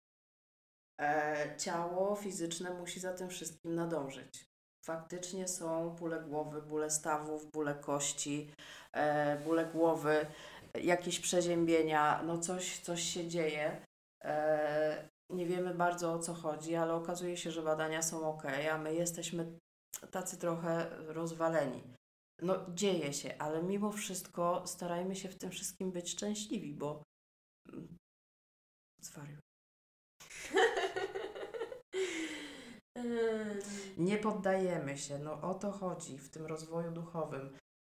Ciało fizyczne musi za tym wszystkim nadążyć. Faktycznie są bóle głowy, bóle stawów, bóle kości, bóle głowy, jakieś przeziębienia, no coś się dzieje. Nie wiemy bardzo o co chodzi, ale okazuje się, że badania są ok, a my jesteśmy tacy trochę rozwaleni. No dzieje się, ale mimo wszystko starajmy się w tym wszystkim być szczęśliwi, bo zwariuję. Nie poddajemy się, no o to chodzi w tym rozwoju duchowym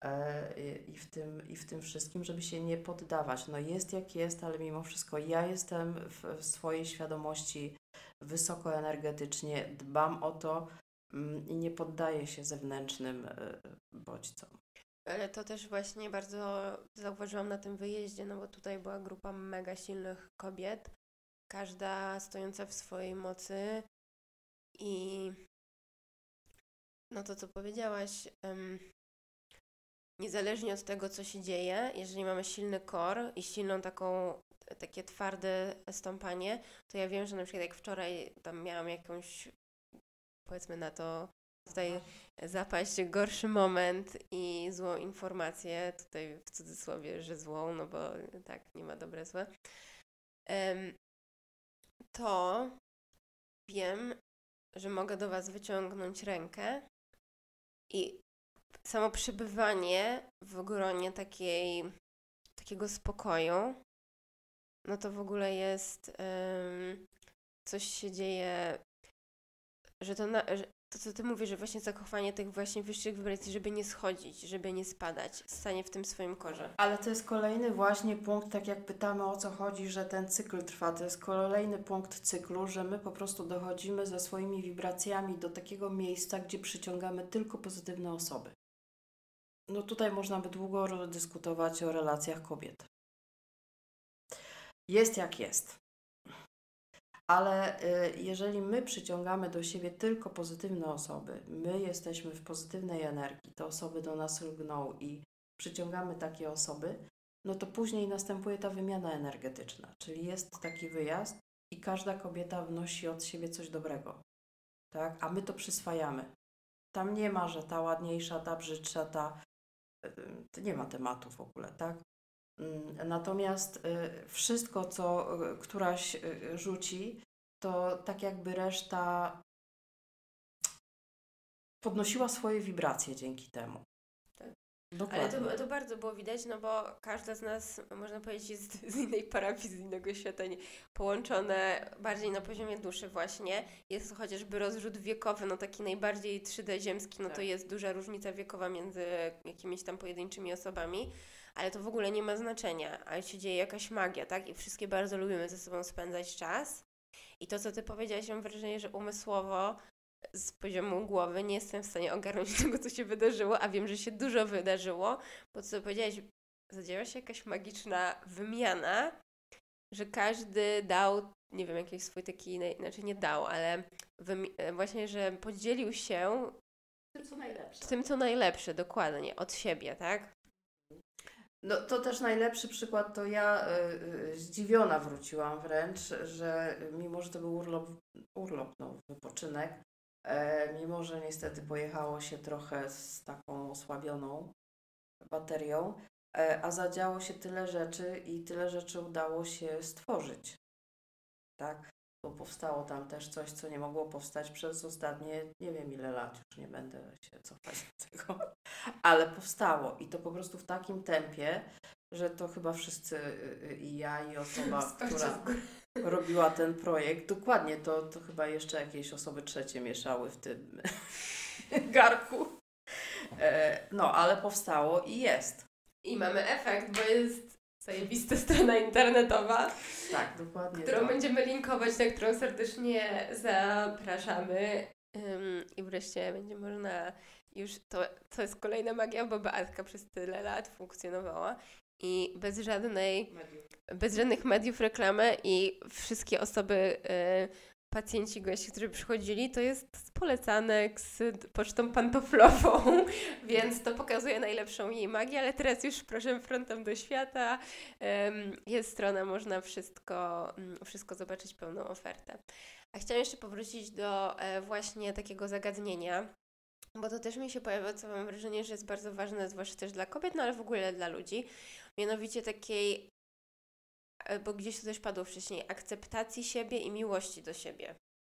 i w tym wszystkim, żeby się nie poddawać. No jest jak jest, ale mimo wszystko ja jestem w swojej świadomości wysokoenergetycznie, dbam o to i nie poddaję się zewnętrznym bodźcom. Ale to też właśnie bardzo zauważyłam na tym wyjeździe, no bo tutaj była grupa mega silnych kobiet, każda stojąca w swojej mocy i no to, co powiedziałaś, niezależnie od tego, co się dzieje, jeżeli mamy silny core i silną takie twarde stąpanie, to ja wiem, że na przykład jak wczoraj tam miałam jakąś, powiedzmy na to, tutaj zapaść gorszy moment i złą informację, tutaj w cudzysłowie, że złą, no bo tak, nie ma dobre, złe, to wiem, że mogę do Was wyciągnąć rękę i samo przebywanie w gronie takiego spokoju, no to w ogóle jest, coś się dzieje, że to, co Ty mówisz, że właśnie zachowanie tych właśnie wyższych wibracji, żeby nie schodzić, żeby nie spadać, stanie w tym swoim korze. Ale to jest kolejny właśnie punkt, tak jak pytamy o co chodzi, że ten cykl trwa, to jest kolejny punkt cyklu, że my po prostu dochodzimy ze swoimi wibracjami do takiego miejsca, gdzie przyciągamy tylko pozytywne osoby. No tutaj można by długo dyskutować o relacjach kobiet. Jest jak jest. Ale jeżeli my przyciągamy do siebie tylko pozytywne osoby, my jesteśmy w pozytywnej energii, te osoby do nas lgną i przyciągamy takie osoby, no to później następuje ta wymiana energetyczna, czyli jest taki wyjazd i każda kobieta wnosi od siebie coś dobrego, tak? A my to przyswajamy. Tam nie ma, że ta ładniejsza, ta brzydsza, nie ma tematu w ogóle, tak? Natomiast wszystko, co któraś rzuci, to tak jakby reszta podnosiła swoje wibracje dzięki temu. Tak. Dokładnie. Ale to bardzo było widać, no bo każda z nas, można powiedzieć, jest z innej parafii, z innego świata, połączone bardziej na poziomie duszy właśnie. Jest chociażby rozrzut wiekowy, no taki najbardziej 3D ziemski, no to jest duża różnica wiekowa między jakimiś tam pojedynczymi osobami, ale to w ogóle nie ma znaczenia, ale się dzieje jakaś magia, tak? I wszystkie bardzo lubimy ze sobą spędzać czas. I to, co Ty powiedziałaś, mam wrażenie, że umysłowo z poziomu głowy nie jestem w stanie ogarnąć tego, co się wydarzyło, a wiem, że się dużo wydarzyło, bo co powiedziałaś, zadziała się jakaś magiczna wymiana, że każdy dał, nie wiem, jakiś swój taki, znaczy nie dał, ale właśnie, że podzielił się tym, co najlepsze, dokładnie, od siebie, tak? No to też najlepszy przykład to ja zdziwiona wróciłam wręcz, że mimo, że to był urlop, no, wypoczynek, mimo że niestety pojechało się trochę z taką osłabioną baterią, a zadziało się tyle rzeczy i tyle rzeczy udało się stworzyć, tak? Bo powstało tam też coś, co nie mogło powstać przez ostatnie nie wiem ile lat, już nie będę się cofać do tego, ale powstało i to po prostu w takim tempie, że to chyba wszyscy i ja i osoba, która robiła ten projekt, dokładnie to chyba jeszcze jakieś osoby trzecie mieszały w tym garku. No, ale powstało i jest. I mamy efekt, bo jest zajebista strona internetowa, Tak, dokładnie. którą będziemy linkować, na którą serdecznie zapraszamy. I wreszcie będzie można już, to jest kolejna magia, bo Beatka przez tyle lat funkcjonowała i bez żadnych mediów reklamy i wszystkie osoby, pacjenci, goście, którzy przychodzili, to jest z polecanek z pocztą pantoflową, więc to pokazuje najlepszą jej magię, ale teraz już proszę frontem do świata. Jest strona, można wszystko zobaczyć, pełną ofertę. A chciałam jeszcze powrócić do właśnie takiego zagadnienia, bo to też mi się pojawia, co mam wrażenie, że jest bardzo ważne, zwłaszcza też dla kobiet, no ale w ogóle dla ludzi. Mianowicie takiej, bo gdzieś to też padło wcześniej, akceptacji siebie i miłości do siebie.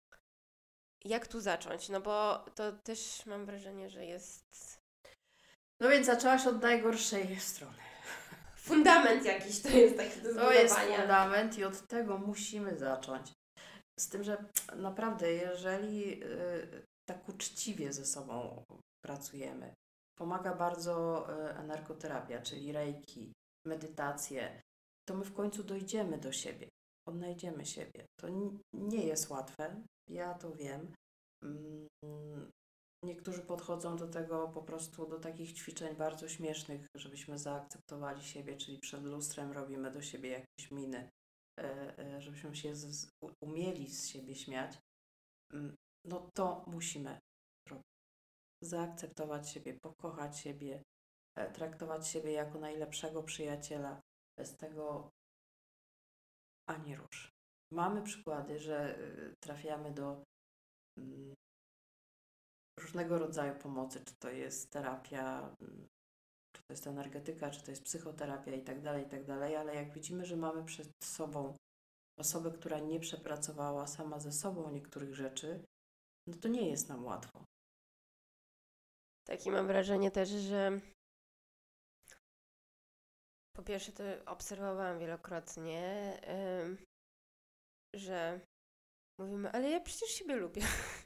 Jak tu zacząć? No bo to też mam wrażenie, że jest No więc zaczęłaś od najgorszej strony. fundament jakiś to jest taki do zbudowania. To jest fundament i od tego musimy zacząć. Z tym, że naprawdę, jeżeli tak uczciwie ze sobą pracujemy, pomaga bardzo energoterapia, czyli reiki, medytacje, to my w końcu dojdziemy do siebie, odnajdziemy siebie. To nie jest łatwe, ja to wiem. Niektórzy podchodzą do tego po prostu do takich ćwiczeń bardzo śmiesznych, żebyśmy zaakceptowali siebie, czyli przed lustrem robimy do siebie jakieś miny, żebyśmy się umieli z siebie śmiać. No to musimy robić. Zaakceptować siebie, pokochać siebie, traktować siebie jako najlepszego przyjaciela. Bez tego ani rusz. Mamy przykłady, że trafiamy do różnego rodzaju pomocy, czy to jest terapia, czy to jest energetyka, czy to jest psychoterapia i tak dalej, ale jak widzimy, że mamy przed sobą osobę, która nie przepracowała sama ze sobą niektórych rzeczy, no to nie jest nam łatwo. Tak, i mam wrażenie też, że po pierwsze to obserwowałam wielokrotnie, że mówimy, ale ja przecież siebie lubię.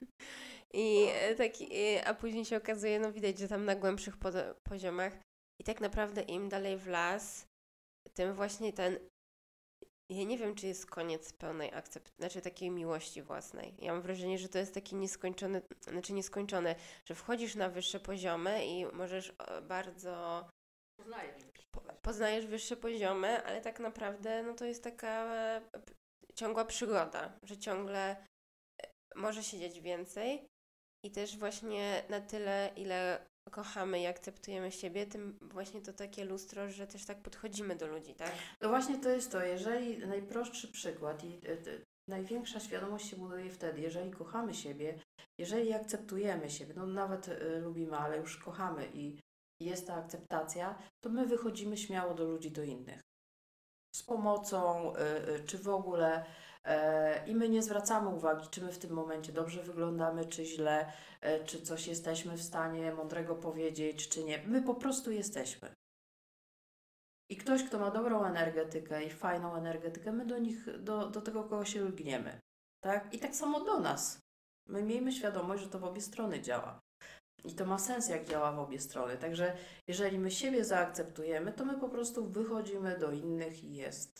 A później się okazuje, no widać, że tam na głębszych poziomach i tak naprawdę im dalej w las, tym właśnie ja nie wiem, czy jest koniec pełnej znaczy takiej miłości własnej. Ja mam wrażenie, że to jest taki nieskończony, że wchodzisz na wyższe poziomy i możesz bardzo poznajesz wyższe poziomy, ale tak naprawdę no to jest taka ciągła przygoda, że ciągle może się dziać więcej i też właśnie na tyle, ile kochamy i akceptujemy siebie, tym właśnie to takie lustro, że też tak podchodzimy do ludzi, tak? No właśnie to jest to, jeżeli najprostszy przykład i największa świadomość się buduje wtedy, jeżeli kochamy siebie, jeżeli akceptujemy siebie, no nawet lubimy, ale już kochamy i jest ta akceptacja, to my wychodzimy śmiało do ludzi, do innych. Z pomocą, czy w ogóle i my nie zwracamy uwagi, czy my w tym momencie dobrze wyglądamy, czy źle, czy coś jesteśmy w stanie mądrego powiedzieć, czy nie. My po prostu jesteśmy. I ktoś, kto ma dobrą energetykę i fajną energetykę, my do tego kogoś się lgniemy. Tak? I tak samo do nas. My miejmy świadomość, że to w obie strony działa. I to ma sens, jak działa w obie strony. Także jeżeli my siebie zaakceptujemy, to my po prostu wychodzimy do innych i jest.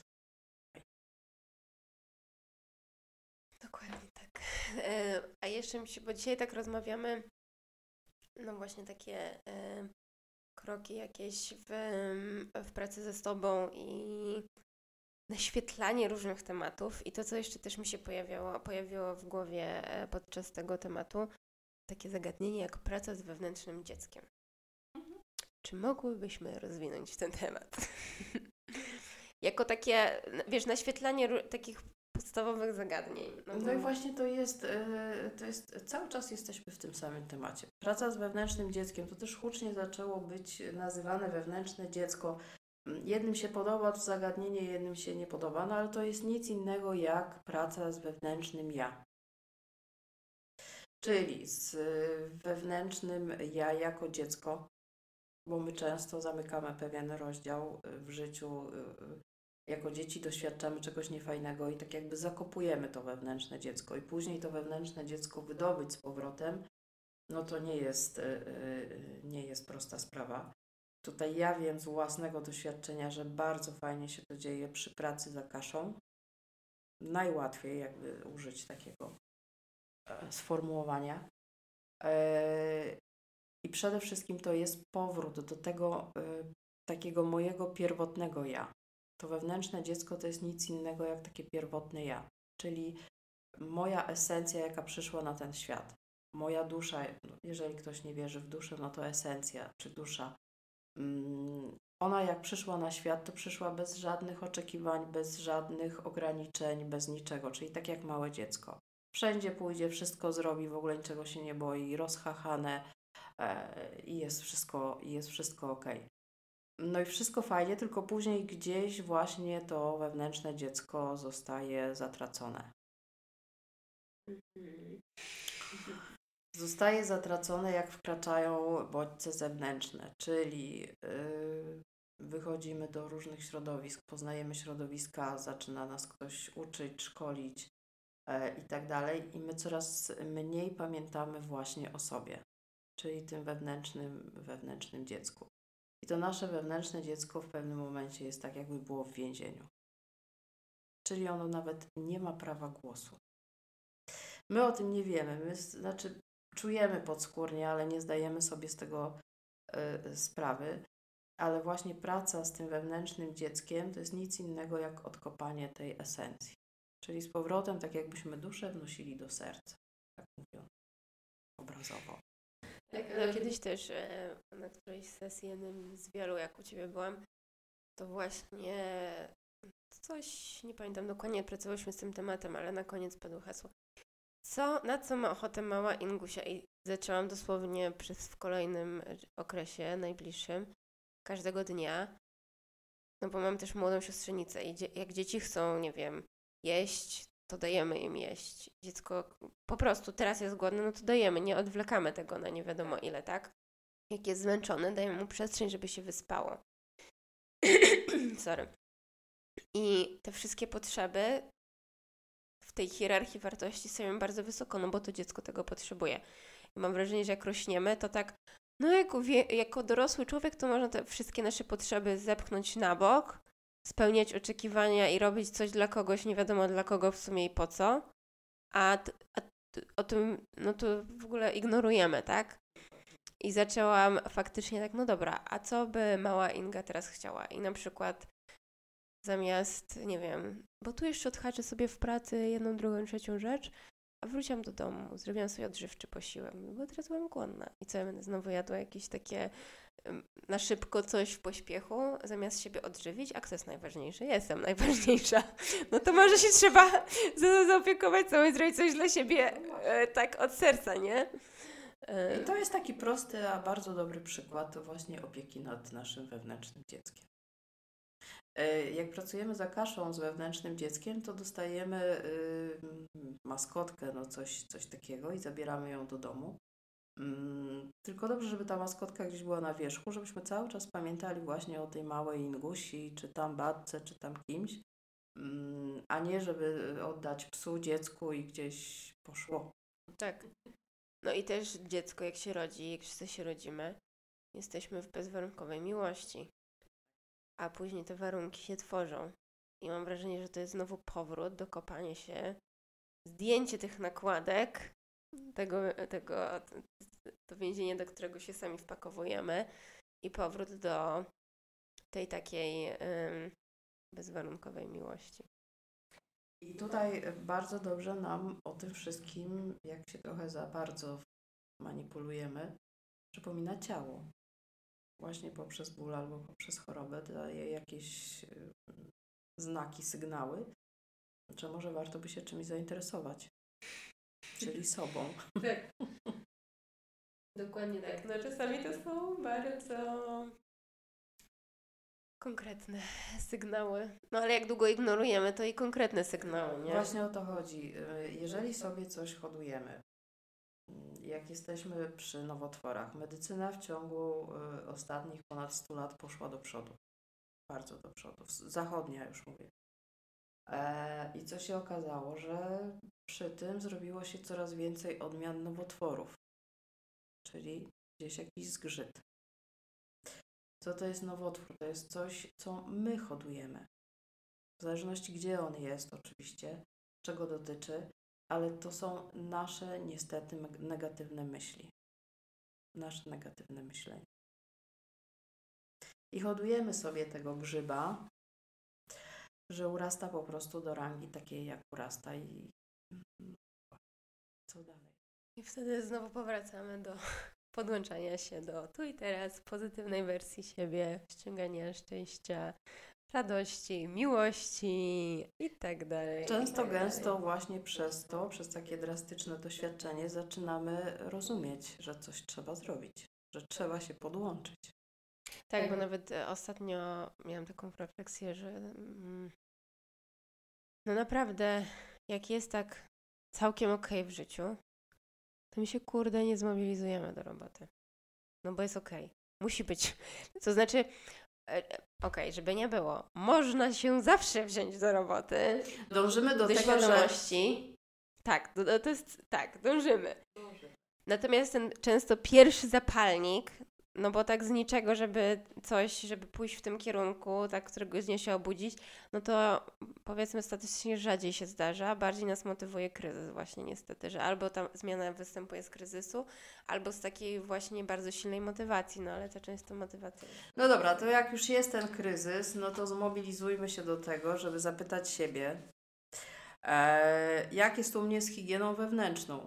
Dokładnie tak. A jeszcze bo dzisiaj tak rozmawiamy, no właśnie takie kroki jakieś w pracy ze sobą i naświetlanie różnych tematów. I to, co jeszcze też mi się pojawiło w głowie podczas tego tematu, takie zagadnienie jak praca z wewnętrznym dzieckiem. Czy mogłybyśmy rozwinąć ten temat? Jako takie, wiesz, naświetlanie takich podstawowych zagadnień. No i właśnie to jest, cały czas jesteśmy w tym samym temacie. Praca z wewnętrznym dzieckiem, to też hucznie zaczęło być nazywane wewnętrzne dziecko. Jednym się podoba to zagadnienie, jednym się nie podoba, no ale to jest nic innego jak praca z wewnętrznym ja. Czyli z wewnętrznym ja jako dziecko, bo my często zamykamy pewien rozdział w życiu. Jako dzieci doświadczamy czegoś niefajnego i tak jakby zakopujemy to wewnętrzne dziecko i później to wewnętrzne dziecko wydobyć z powrotem, no to nie jest prosta sprawa. Tutaj ja wiem z własnego doświadczenia, że bardzo fajnie się to dzieje przy pracy za kaszą. Najłatwiej jakby użyć takiego sformułowania. I przede wszystkim to jest powrót do tego takiego mojego pierwotnego ja. To wewnętrzne dziecko to jest nic innego jak takie pierwotne ja, czyli moja esencja, jaka przyszła na ten świat. Moja dusza, jeżeli ktoś nie wierzy w duszę, no to esencja czy dusza. Ona jak przyszła na świat, to przyszła bez żadnych oczekiwań, bez żadnych ograniczeń, bez niczego, czyli tak jak małe dziecko. Wszędzie pójdzie, wszystko zrobi, w ogóle niczego się nie boi, rozchachane i jest wszystko ok. No i wszystko fajnie, tylko później gdzieś właśnie to wewnętrzne dziecko zostaje zatracone. Zostaje zatracone, jak wkraczają bodźce zewnętrzne, czyli wychodzimy do różnych środowisk, poznajemy środowiska, zaczyna nas ktoś uczyć, szkolić i tak dalej i my coraz mniej pamiętamy właśnie o sobie, czyli tym wewnętrznym dziecku. I to nasze wewnętrzne dziecko w pewnym momencie jest tak, jakby było w więzieniu. Czyli ono nawet nie ma prawa głosu. My o tym nie wiemy, czujemy podskórnie, ale nie zdajemy sobie z tego sprawy. Ale właśnie praca z tym wewnętrznym dzieckiem to jest nic innego jak odkopanie tej esencji. Czyli z powrotem, tak jakbyśmy duszę wnosili do serca. Tak mówiąc obrazowo. No, kiedyś też na którejś sesji, jednym z wielu, jak u Ciebie byłam, to właśnie coś, nie pamiętam dokładnie, pracowałyśmy z tym tematem, ale na koniec padło hasło. Na co ma ochotę mała Ingusia? I zaczęłam dosłownie w kolejnym okresie, najbliższym, każdego dnia, no bo mam też młodą siostrzenicę i jak dzieci chcą, nie wiem, jeść, to dajemy im jeść. Dziecko po prostu teraz jest głodne, no to dajemy, nie odwlekamy tego na nie wiadomo ile, tak? Jak jest zmęczony, dajemy mu przestrzeń, żeby się wyspało. Sorry. I te wszystkie potrzeby w tej hierarchii wartości stawiam bardzo wysoko, no bo to dziecko tego potrzebuje. I mam wrażenie, że jak rośniemy, to tak, no jako dorosły człowiek, to można te wszystkie nasze potrzeby zepchnąć na bok, spełniać oczekiwania i robić coś dla kogoś, nie wiadomo dla kogo w sumie i po co, a o tym, no to w ogóle ignorujemy, tak? I zaczęłam faktycznie tak, no dobra, a co by mała Inga teraz chciała? I na przykład zamiast, nie wiem, bo tu jeszcze odhaczę sobie w pracy jedną, drugą, trzecią rzecz, a wróciłam do domu, zrobiłam sobie odżywczy posiłek, bo teraz byłam głodna. I co, ja będę znowu jadła jakieś takie na szybko coś w pośpiechu, zamiast siebie odżywić? A kto jest najważniejszy? Ja jestem najważniejsza. No to może się trzeba zaopiekować sobą i zrobić coś dla siebie tak od serca, nie? I to jest taki prosty, a bardzo dobry przykład właśnie opieki nad naszym wewnętrznym dzieckiem. Jak pracujemy za kaszą z wewnętrznym dzieckiem, to dostajemy maskotkę, no coś takiego i zabieramy ją do domu. Tylko dobrze, żeby ta maskotka gdzieś była na wierzchu, żebyśmy cały czas pamiętali właśnie o tej małej Ingusi, czy tam babce, czy tam kimś, a nie żeby oddać psu, dziecku i gdzieś poszło. Tak. No i też dziecko, jak się rodzi, jak wszyscy się rodzimy, jesteśmy w bezwarunkowej miłości. A później te warunki się tworzą. I mam wrażenie, że to jest znowu powrót, dokopanie się, zdjęcie tych nakładek, to więzienie, do którego się sami wpakowujemy i powrót do tej takiej bezwarunkowej miłości. I tutaj bardzo dobrze nam o tym wszystkim, jak się trochę za bardzo manipulujemy, przypomina ciało. Właśnie poprzez ból albo poprzez chorobę daje jakieś znaki, sygnały. że może warto by się czymś zainteresować, czyli sobą. Tak. Dokładnie tak. No czasami to są bardzo konkretne sygnały. No ale jak długo ignorujemy, to i konkretne sygnały, nie? Właśnie o to chodzi. Jeżeli sobie coś hodujemy, jak jesteśmy przy nowotworach, medycyna w ciągu ostatnich ponad 100 lat poszła do przodu. Bardzo do przodu. Zachodnia już mówię. I co się okazało, że przy tym zrobiło się coraz więcej odmian nowotworów, czyli gdzieś jakiś zgrzyt. Co to jest nowotwór? To jest coś, co my hodujemy. W zależności gdzie on jest oczywiście, czego dotyczy, ale to są nasze niestety negatywne myśli. Nasze negatywne myślenie. I hodujemy sobie tego grzyba, że urasta po prostu do rangi takiej, jak urasta i co dalej? I wtedy znowu powracamy do podłączania się do tu i teraz, pozytywnej wersji siebie, ściągania szczęścia, radości, miłości i tak dalej. Często, gęsto właśnie przez to, przez takie drastyczne doświadczenie zaczynamy rozumieć, że coś trzeba zrobić, że trzeba się podłączyć. Tak, bo nawet ostatnio miałam taką refleksję, że no naprawdę, jak jest tak całkiem okej w życiu, to my się kurde nie zmobilizujemy do roboty. No bo jest okej. Musi być. To znaczy, okej, żeby nie było, można się zawsze wziąć do roboty. Dążymy do tego, świadomości. Tak, to jest, tak, dążymy. Natomiast ten często pierwszy zapalnik, no bo tak z niczego, żeby pójść w tym kierunku, tak, którego z dnia się obudzić, no to powiedzmy statystycznie rzadziej się zdarza, bardziej nas motywuje kryzys właśnie niestety, że albo ta zmiana występuje z kryzysu, albo z takiej właśnie bardzo silnej motywacji, no ale to często motywacja. No dobra, to jak już jest ten kryzys, no to zmobilizujmy się do tego, żeby zapytać siebie, jak jest u mnie z higieną wewnętrzną.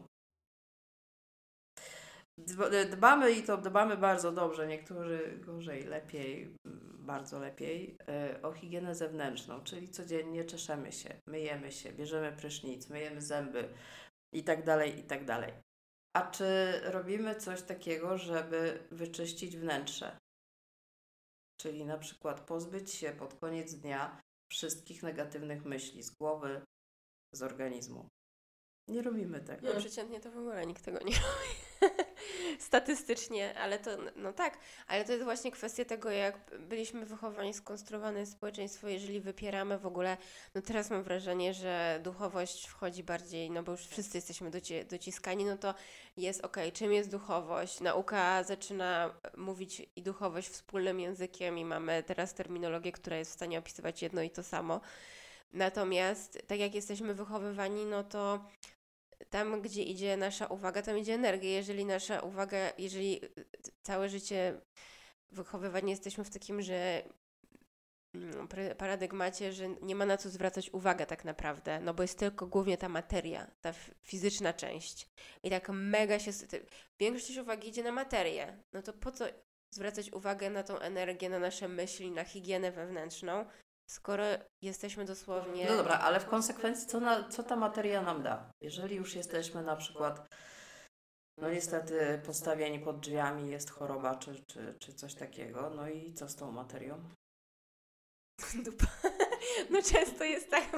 Dbamy i to dbamy bardzo dobrze, niektórzy gorzej, lepiej, bardzo lepiej, o higienę zewnętrzną, czyli codziennie czeszemy się, myjemy się, bierzemy prysznic, myjemy zęby i tak dalej, i tak dalej. A czy robimy coś takiego, żeby wyczyścić wnętrze? Czyli na przykład pozbyć się pod koniec dnia wszystkich negatywnych myśli z głowy, z organizmu. Nie robimy tego. No, przeciętnie to w ogóle nikt tego nie robi. Statystycznie, ale to, no tak, ale to jest właśnie kwestia tego, jak byliśmy wychowani, skonstruowane społeczeństwo, jeżeli wypieramy w ogóle, no teraz mam wrażenie, że duchowość wchodzi bardziej, no bo już wszyscy jesteśmy dociskani, no to jest okej, czym jest duchowość? Nauka zaczyna mówić i duchowość wspólnym językiem i mamy teraz terminologię, która jest w stanie opisywać jedno i to samo. Natomiast tak jak jesteśmy wychowywani, no to tam, gdzie idzie nasza uwaga, tam idzie energia. Jeżeli całe życie wychowywani jesteśmy w takim, że paradygmacie, że nie ma na co zwracać uwagę tak naprawdę, no bo jest tylko głównie ta materia, ta fizyczna część. I tak mega się... Większość uwagi idzie na materię. No to po co zwracać uwagę na tą energię, na nasze myśli, na higienę wewnętrzną, skoro jesteśmy dosłownie... No dobra, ale w konsekwencji co ta materia nam da? Jeżeli już jesteśmy na przykład, no niestety postawieni pod drzwiami, jest choroba czy coś takiego, no i co z tą materią? Dupa. No często jest tak.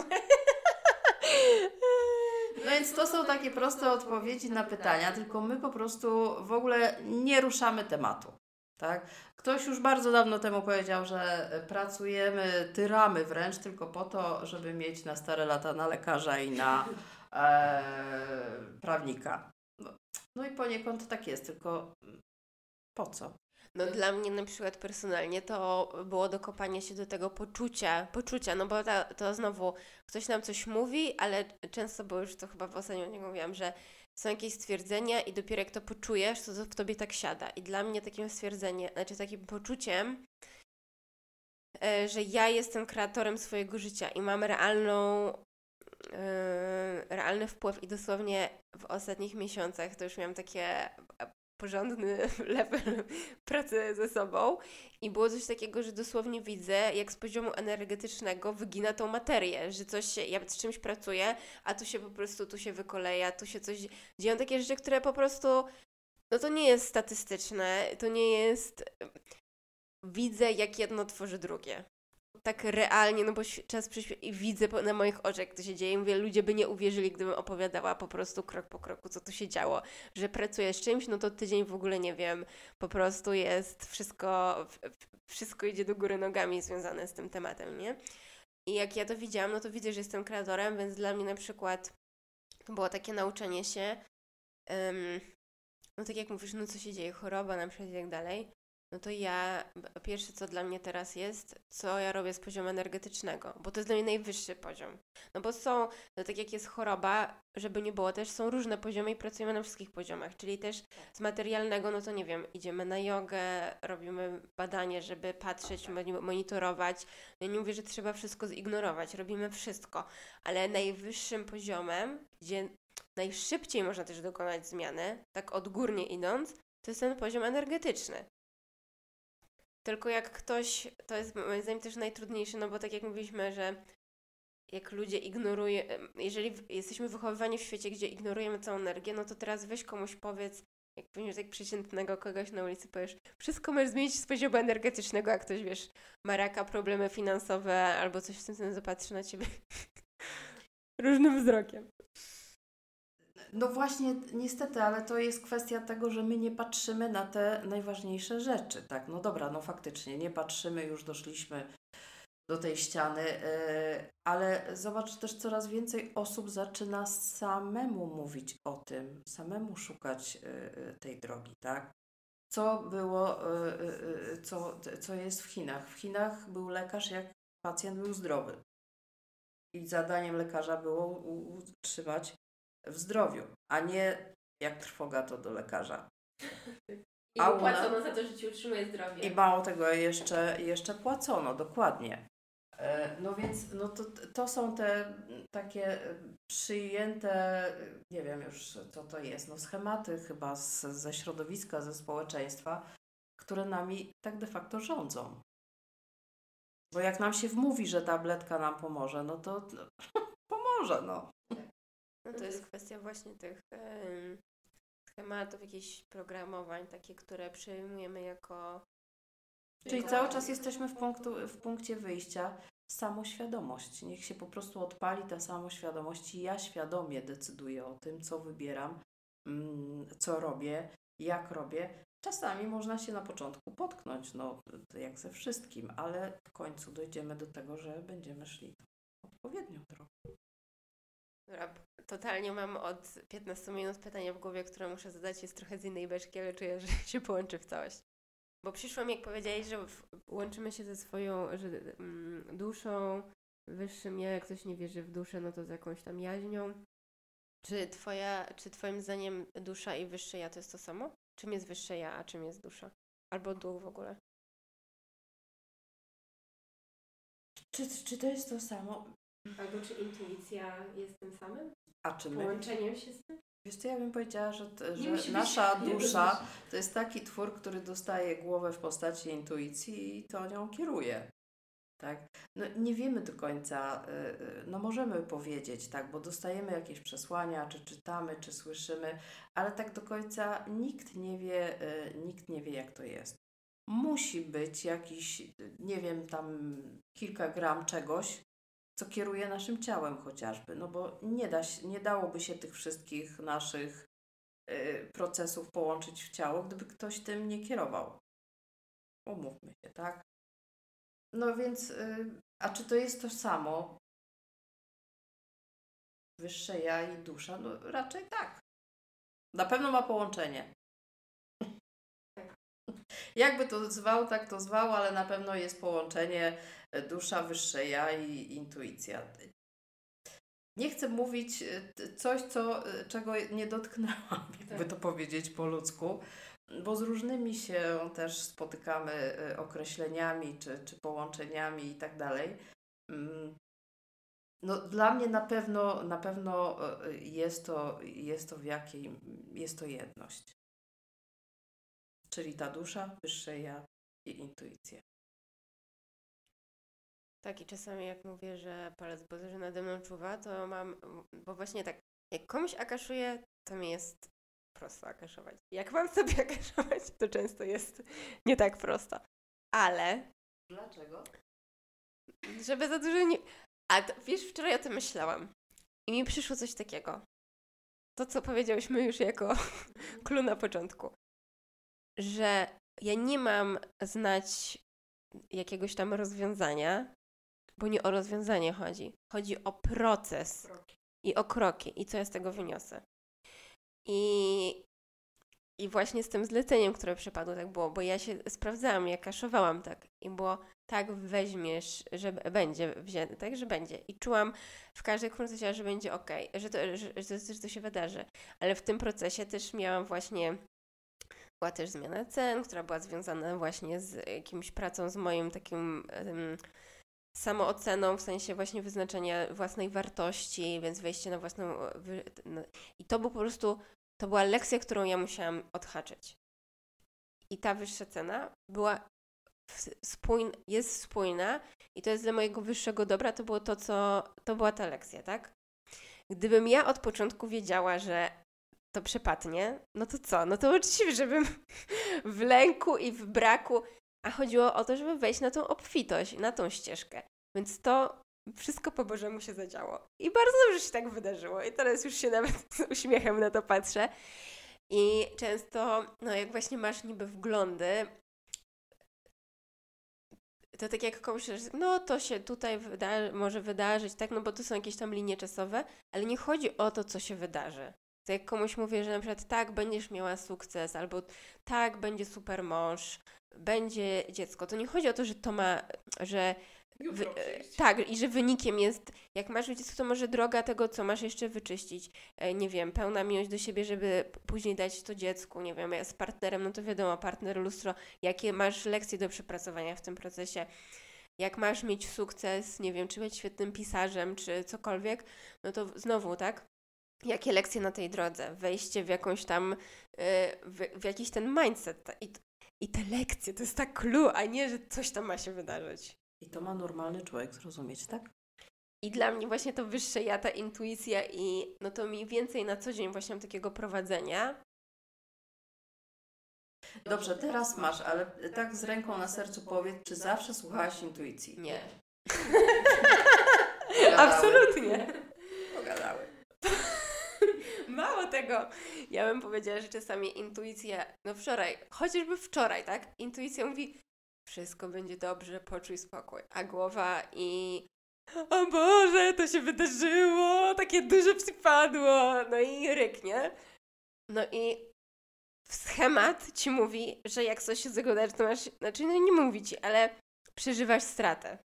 No więc to są takie proste odpowiedzi na pytania, tylko my po prostu w ogóle nie ruszamy tematu. Tak? Ktoś już bardzo dawno temu powiedział, że pracujemy, tyramy wręcz tylko po to, żeby mieć na stare lata na lekarza i na prawnika. No i poniekąd tak jest, tylko po co? No dla mnie na przykład personalnie to było dokopanie się do tego poczucia, no bo to znowu ktoś nam coś mówi, ale często, bo już to chyba w ostatnim odcinku mówiłam, że są jakieś stwierdzenia i dopiero jak to poczujesz, to w tobie tak siada. I dla mnie takim stwierdzeniem, takim poczuciem, że ja jestem kreatorem swojego życia i mam realny wpływ i dosłownie w ostatnich miesiącach to już miałam takie porządny level pracy ze sobą i było coś takiego, że dosłownie widzę, jak z poziomu energetycznego wygina tą materię, że coś się, ja z czymś pracuję, a tu się po prostu, tu się wykoleja, tu się coś dzieją takie rzeczy, które po prostu, no to nie jest statystyczne, to nie jest, widzę jak jedno tworzy drugie. Tak realnie, no bo czas przyspieszył i widzę na moich oczach, jak to się dzieje. Mówię, ludzie by nie uwierzyli, gdybym opowiadała po prostu krok po kroku, co tu się działo. Że pracuję z czymś, no to tydzień w ogóle nie wiem. Po prostu jest wszystko idzie do góry nogami związane z tym tematem, nie? I jak ja to widziałam, no to widzę, że jestem kreatorem, więc dla mnie na przykład to było takie nauczenie się, no tak jak mówisz, no co się dzieje, choroba na przykład i tak dalej, no to ja, pierwsze co dla mnie teraz jest, co ja robię z poziomu energetycznego, bo to jest dla mnie najwyższy poziom. No bo są, no tak jak jest choroba, żeby nie było, też są różne poziomy i pracujemy na wszystkich poziomach, czyli też z materialnego, no to nie wiem, idziemy na jogę, robimy badanie, żeby patrzeć, monitorować. No ja nie mówię, że trzeba wszystko zignorować, robimy wszystko, ale najwyższym poziomem, gdzie najszybciej można też dokonać zmiany, tak odgórnie idąc, to jest ten poziom energetyczny. Tylko jak ktoś, to jest moim zdaniem też najtrudniejsze, no bo tak jak mówiliśmy, że jak ludzie ignorują, jeżeli jesteśmy wychowywani w świecie, gdzie ignorujemy całą energię, no to teraz weź komuś powiedz, jak weźmiesz tak przeciętnego kogoś na ulicy, powiesz, wszystko możesz zmienić z poziomu energetycznego, jak ktoś, wiesz, ma raka, problemy finansowe albo coś w tym sensie, zapatrzy na ciebie różnym wzrokiem. No właśnie, niestety, ale to jest kwestia tego, że my nie patrzymy na te najważniejsze rzeczy, tak? No dobra, no faktycznie, nie patrzymy, już doszliśmy do tej ściany, ale zobacz, też coraz więcej osób zaczyna samemu mówić o tym, samemu szukać tej drogi, tak? Co było, co jest w Chinach? W Chinach był lekarz, jak pacjent był zdrowy. I zadaniem lekarza było utrzymać w zdrowiu, a nie jak trwoga to do lekarza. I mu płacono za to, że ci utrzymuje zdrowie. I mało tego, jeszcze płacono, dokładnie. No więc no to są te takie przyjęte, nie wiem już co to jest, no schematy chyba ze środowiska, ze społeczeństwa, które nami tak de facto rządzą. Bo jak nam się wmówi, że tabletka nam pomoże, no to pomoże, no. No to jest kwestia właśnie tych schematów, jakichś programowań, takie, które przyjmujemy jako... Czyli cały czas jesteśmy w punkcie wyjścia samoświadomość. Niech się po prostu odpali ta samoświadomość i ja świadomie decyduję o tym, co wybieram, co robię, jak robię. Czasami można się na początku potknąć, no jak ze wszystkim, ale w końcu dojdziemy do tego, że będziemy szli odpowiednią drogą. Dobra, totalnie mam od 15 minut pytania w głowie, które muszę zadać. Jest trochę z innej beczki, ale czuję, że się połączy w całość. Bo przyszło mi, jak powiedziałeś, że łączymy się ze swoją duszą, wyższym ja, jak ktoś nie wierzy w duszę, no to z jakąś tam jaźnią. Czy twoim zdaniem dusza i wyższe ja to jest to samo? Czym jest wyższe ja, a czym jest dusza? Albo duch w ogóle? Czy to jest to samo? Albo czy intuicja jest tym samym? A czy my? Połączeniem się z tym? Wiesz co, ja bym powiedziała, że musi nasza być. dusza to jest taki twór, który dostaje głowę w postaci intuicji i to nią kieruje. Tak? No, nie wiemy do końca, no możemy powiedzieć, tak, bo dostajemy jakieś przesłania, czy czytamy, czy słyszymy, ale tak do końca nikt nie wie, jak to jest. Musi być jakiś, nie wiem, tam kilka gram czegoś, co kieruje naszym ciałem chociażby, no bo nie dałoby się tych wszystkich naszych procesów połączyć w ciało, gdyby ktoś tym nie kierował. Umówmy się, tak? No więc, a czy to jest to samo? Wyższe ja i dusza? No raczej tak. Na pewno ma połączenie. Jakby to zwał, tak to zwał, ale na pewno jest połączenie dusza, wyższe ja i intuicja. Nie chcę mówić coś, czego nie dotknęłam, jakby to powiedzieć po ludzku, bo z różnymi się też spotykamy określeniami czy połączeniami i tak dalej. No, dla mnie na pewno jest to jest to jedność. czyli ta dusza, wyższe ja i intuicja. Tak, i czasami jak mówię, że palec Boży nade mną czuwa, to mam, bo właśnie tak, jak komuś akaszuję, to mi jest prosto akaszować. Jak mam sobie akaszować, to często jest nie tak prosto. Ale, Dlaczego? żeby za dużo nie... A to, wiesz, wczoraj o tym myślałam i mi przyszło coś takiego. To, co powiedziałyśmy już jako clue na początku. Że ja nie mam znać jakiegoś tam rozwiązania, bo nie o rozwiązanie chodzi. Chodzi o proces i o kroki i co ja z tego wyniosę. I właśnie z tym zleceniem, które przypadło, tak było, bo ja się sprawdzałam, ja kaszowałam tak i było tak weźmiesz, że będzie wzięte, tak, że będzie. I czułam w każdej procesie, że będzie okej, że to się wydarzy. Ale w tym procesie też miałam właśnie, była też zmiana cen, która była związana właśnie z jakimś pracą z moim takim samooceną, w sensie właśnie wyznaczenia własnej wartości, więc wejście na własną... I to był po prostu, to była lekcja, którą ja musiałam odhaczyć. I ta wyższa cena była jest spójna i to jest dla mojego wyższego dobra, to było to była ta lekcja, tak? Gdybym ja od początku wiedziała, że to przepadnie, no to co? No to uczciwie, żebym w lęku i w braku, a chodziło o to, żeby wejść na tą obfitość, na tą ścieżkę. Więc to wszystko po Bożemu się zadziało. I bardzo dobrze się tak wydarzyło. I teraz już się nawet z uśmiechem na to patrzę. I często, no jak właśnie masz niby wglądy, to tak jak komuś, no to się tutaj może wydarzyć, tak, no bo to są jakieś tam linie czasowe, ale nie chodzi o to, co się wydarzy. To jak komuś mówię, że na przykład tak, będziesz miała sukces, albo tak, będzie super mąż, będzie dziecko, to nie chodzi o to, że to ma, że tak, i że wynikiem jest, jak masz dziecko, to może droga tego, co masz jeszcze wyczyścić, nie wiem, pełna miłość do siebie, żeby później dać to dziecku, nie wiem, z partnerem, no to wiadomo, partner, lustro, jakie masz lekcje do przepracowania w tym procesie, jak masz mieć sukces, nie wiem, czy być świetnym pisarzem, czy cokolwiek, no to znowu, tak, jakie lekcje na tej drodze, wejście w jakąś tam, w jakiś ten mindset i te lekcje, to jest tak clue, a nie, że coś tam ma się wydarzyć. I to ma normalny człowiek zrozumieć, tak? I dla mnie właśnie to wyższe ja, ta intuicja i no to mi więcej na co dzień właśnie mam takiego prowadzenia. Dobrze, teraz masz, ale tak z ręką na sercu powiedz, czy zawsze słuchałaś intuicji? Nie. Pogadały. Absolutnie. Pogadały. Mało tego, ja bym powiedziała, że czasami intuicja, no chociażby wczoraj, tak? Intuicja mówi, wszystko będzie dobrze, poczuj spokój. A głowa o Boże, to się wydarzyło, takie duże przypadło. No i ryknie. No i schemat ci mówi, że jak coś się zagoda, to masz, znaczy no nie mówi ci, ale przeżywasz stratę.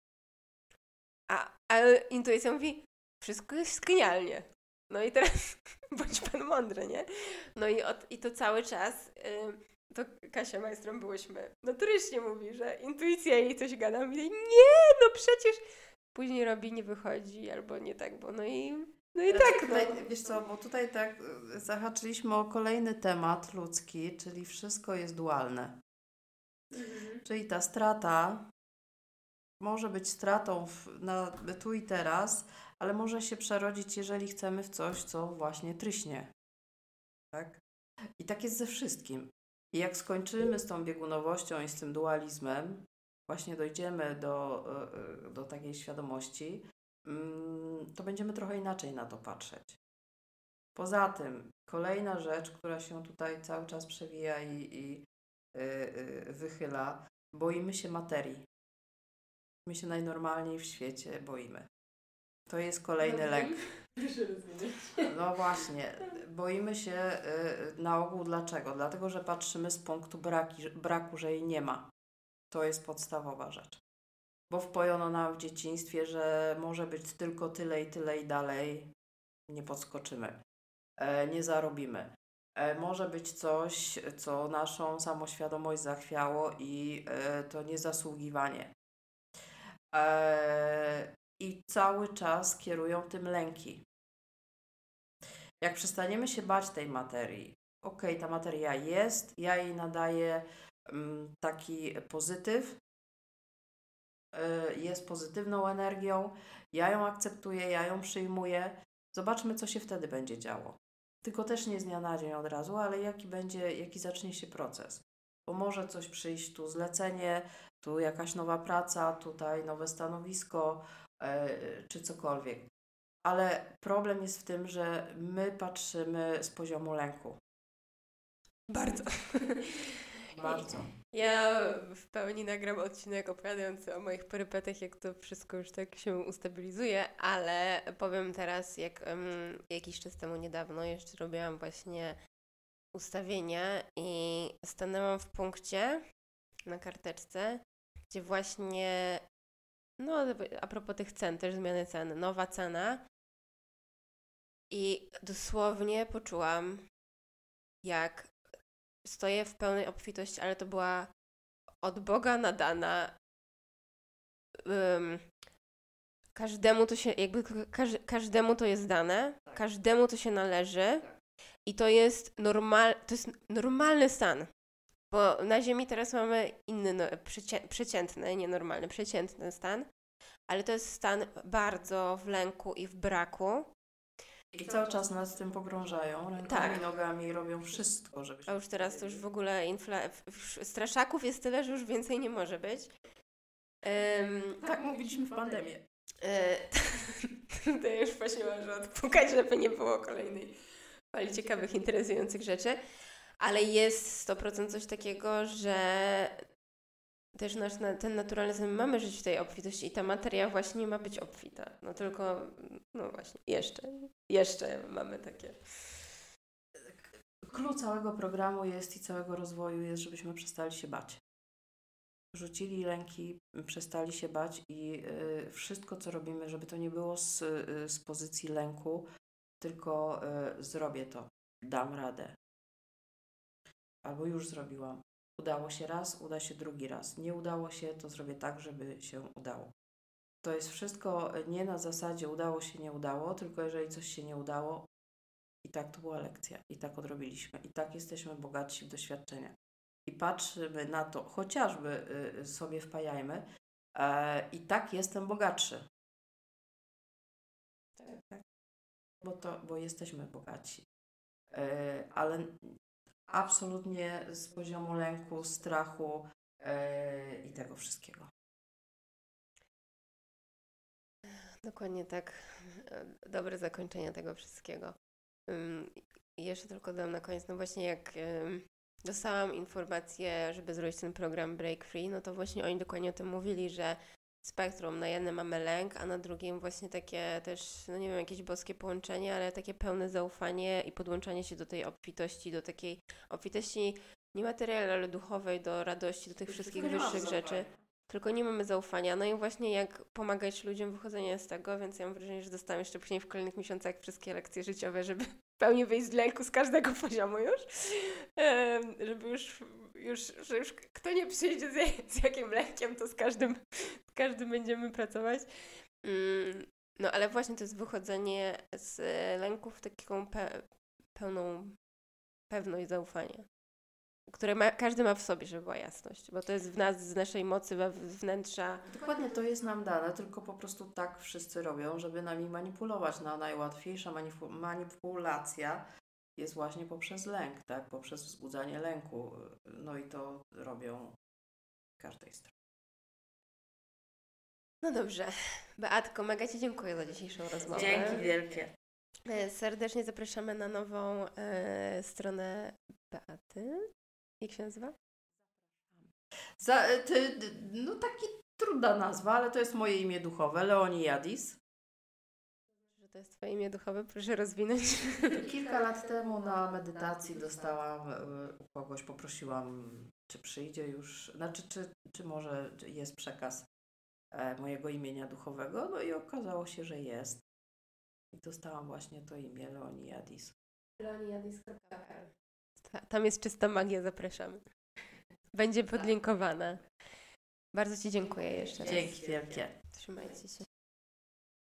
Ale intuicja mówi, wszystko jest genialnie. No i teraz bądź pan mądry, nie? No i to cały czas, to Kasia Majstrą byłyśmy, notorycznie mówi, że intuicja jej coś gada, mówi, nie, no przecież później robi, nie wychodzi, albo nie tak, bo no i tak. Tutaj, wiesz co, bo tutaj tak zahaczyliśmy o kolejny temat ludzki, czyli wszystko jest dualne. Czyli ta strata może być stratą na tu i teraz, ale może się przerodzić, jeżeli chcemy w coś, co właśnie tryśnie. Tak? I tak jest ze wszystkim. I jak skończymy z tą biegunowością i z tym dualizmem, właśnie dojdziemy do takiej świadomości, to będziemy trochę inaczej na to patrzeć. Poza tym, kolejna rzecz, która się tutaj cały czas przewija i wychyla, boimy się materii. My się najnormalniej w świecie boimy. To jest kolejny lęk. No właśnie, boimy się na ogół dlaczego? Dlatego, że patrzymy z punktu braku, że jej nie ma. To jest podstawowa rzecz. Bo wpojono nam w dzieciństwie, że może być tylko tyle i dalej. Nie podskoczymy. Nie zarobimy. Może być coś, co naszą samoświadomość zachwiało i to niezasługiwanie. I cały czas kierują tym lęki. Jak przestaniemy się bać tej materii, okej, ta materia jest, ja jej nadaję taki pozytyw, jest pozytywną energią, ja ją akceptuję, ja ją przyjmuję. Zobaczmy, co się wtedy będzie działo. Tylko też nie z dnia na dzień od razu, ale jaki zacznie się proces. Bo może coś przyjść, tu zlecenie, tu jakaś nowa praca, tutaj nowe stanowisko, czy cokolwiek. Ale problem jest w tym, że my patrzymy z poziomu lęku. Bardzo. Bardzo. Ja w pełni nagram odcinek opowiadający o moich perypetiach, jak to wszystko już tak się ustabilizuje, ale powiem teraz, jak jakiś czas temu niedawno jeszcze robiłam właśnie ustawienia i stanęłam w punkcie na karteczce, gdzie właśnie, no a propos tych cen, też zmiany cen, nowa cena i dosłownie poczułam, jak stoję w pełnej obfitości, ale to była od Boga nadana. Każdemu to się, jakby każdemu to jest dane, każdemu to się należy i to jest normalny stan. Bo na Ziemi teraz mamy inny, przeciętny, nienormalny, przeciętny stan, ale to jest stan bardzo w lęku i w braku. I cały czas nas w tym pogrążają, rękami, nogami, robią wszystko, żeby się... A już teraz to już w ogóle straszaków jest tyle, że już więcej nie może być. Tak mówiliśmy w pandemii. To już właśnie może odpukać, żeby nie było kolejnej fali ciekawych, interesujących rzeczy. Ale jest 100% coś takiego, że też ten naturalny stan, mamy żyć w tej obfitości i ta materia właśnie ma być obfita. No tylko, no właśnie, jeszcze mamy takie... Klucz całego programu jest i całego rozwoju jest, żebyśmy przestali się bać. Rzucili lęki, przestali się bać i wszystko, co robimy, żeby to nie było z pozycji lęku, tylko zrobię to, dam radę. Albo już zrobiłam. Udało się raz, uda się drugi raz. Nie udało się, to zrobię tak, żeby się udało. To jest wszystko nie na zasadzie udało się, nie udało, tylko jeżeli coś się nie udało, i tak to była lekcja, i tak odrobiliśmy, i tak jesteśmy bogatsi w doświadczeniach. I patrzymy na to, chociażby sobie wpajajmy, i tak jestem bogatszy. Tak. Bo jesteśmy bogaci. Ale absolutnie z poziomu lęku, strachu i tego wszystkiego. Dokładnie tak. Dobre zakończenie tego wszystkiego. I jeszcze tylko dodam na koniec, no właśnie jak dostałam informację, żeby zrobić ten program Break Free, no to właśnie oni dokładnie o tym mówili, że spektrum, na jednym mamy lęk, a na drugim właśnie takie też, no nie wiem, jakieś boskie połączenie, ale takie pełne zaufanie i podłączanie się do tej obfitości, do takiej obfitości niematerialnej, ale duchowej, do radości, do tych wszystkich wyższych rzeczy. Tylko nie mamy zaufania. No i właśnie jak pomagać ludziom wychodzenia z tego, więc ja mam wrażenie, że dostałam jeszcze później w kolejnych miesiącach wszystkie lekcje życiowe, żeby w pełni wyjść z lęku z każdego poziomu już. Żeby że już kto nie przyjdzie z jakim lękiem, to z każdym będziemy pracować. No ale właśnie to jest wychodzenie z lęków w taką pełną pewność zaufania, które każdy ma w sobie, żeby była jasność, bo to jest w nas, z naszej mocy wewnętrza. Dokładnie to jest nam dane, tylko po prostu tak wszyscy robią, żeby nami manipulować. No, najłatwiejsza manipulacja jest właśnie poprzez lęk, tak? Poprzez wzbudzanie lęku. No i to robią z każdej strony. No dobrze. Beatko, mega Ci dziękuję za dzisiejszą rozmowę. Dzięki wielkie. Serdecznie zapraszamy na nową stronę Beaty. Jak się nazywa? No taki trudna nazwa, ale to jest moje imię duchowe, Leoniadis. Że to jest Twoje imię duchowe, proszę rozwinąć. Kilka lat temu na medytacji dostałam u kogoś, poprosiłam, czy przyjdzie już, znaczy czy może jest przekaz mojego imienia duchowego, no i okazało się, że jest. I dostałam właśnie to imię Leoniadis. Leoniadis.pl. Tam jest czysta magia, zapraszamy. Będzie podlinkowana. Bardzo Ci dziękuję jeszcze raz. Dzięki wielkie. Trzymajcie się.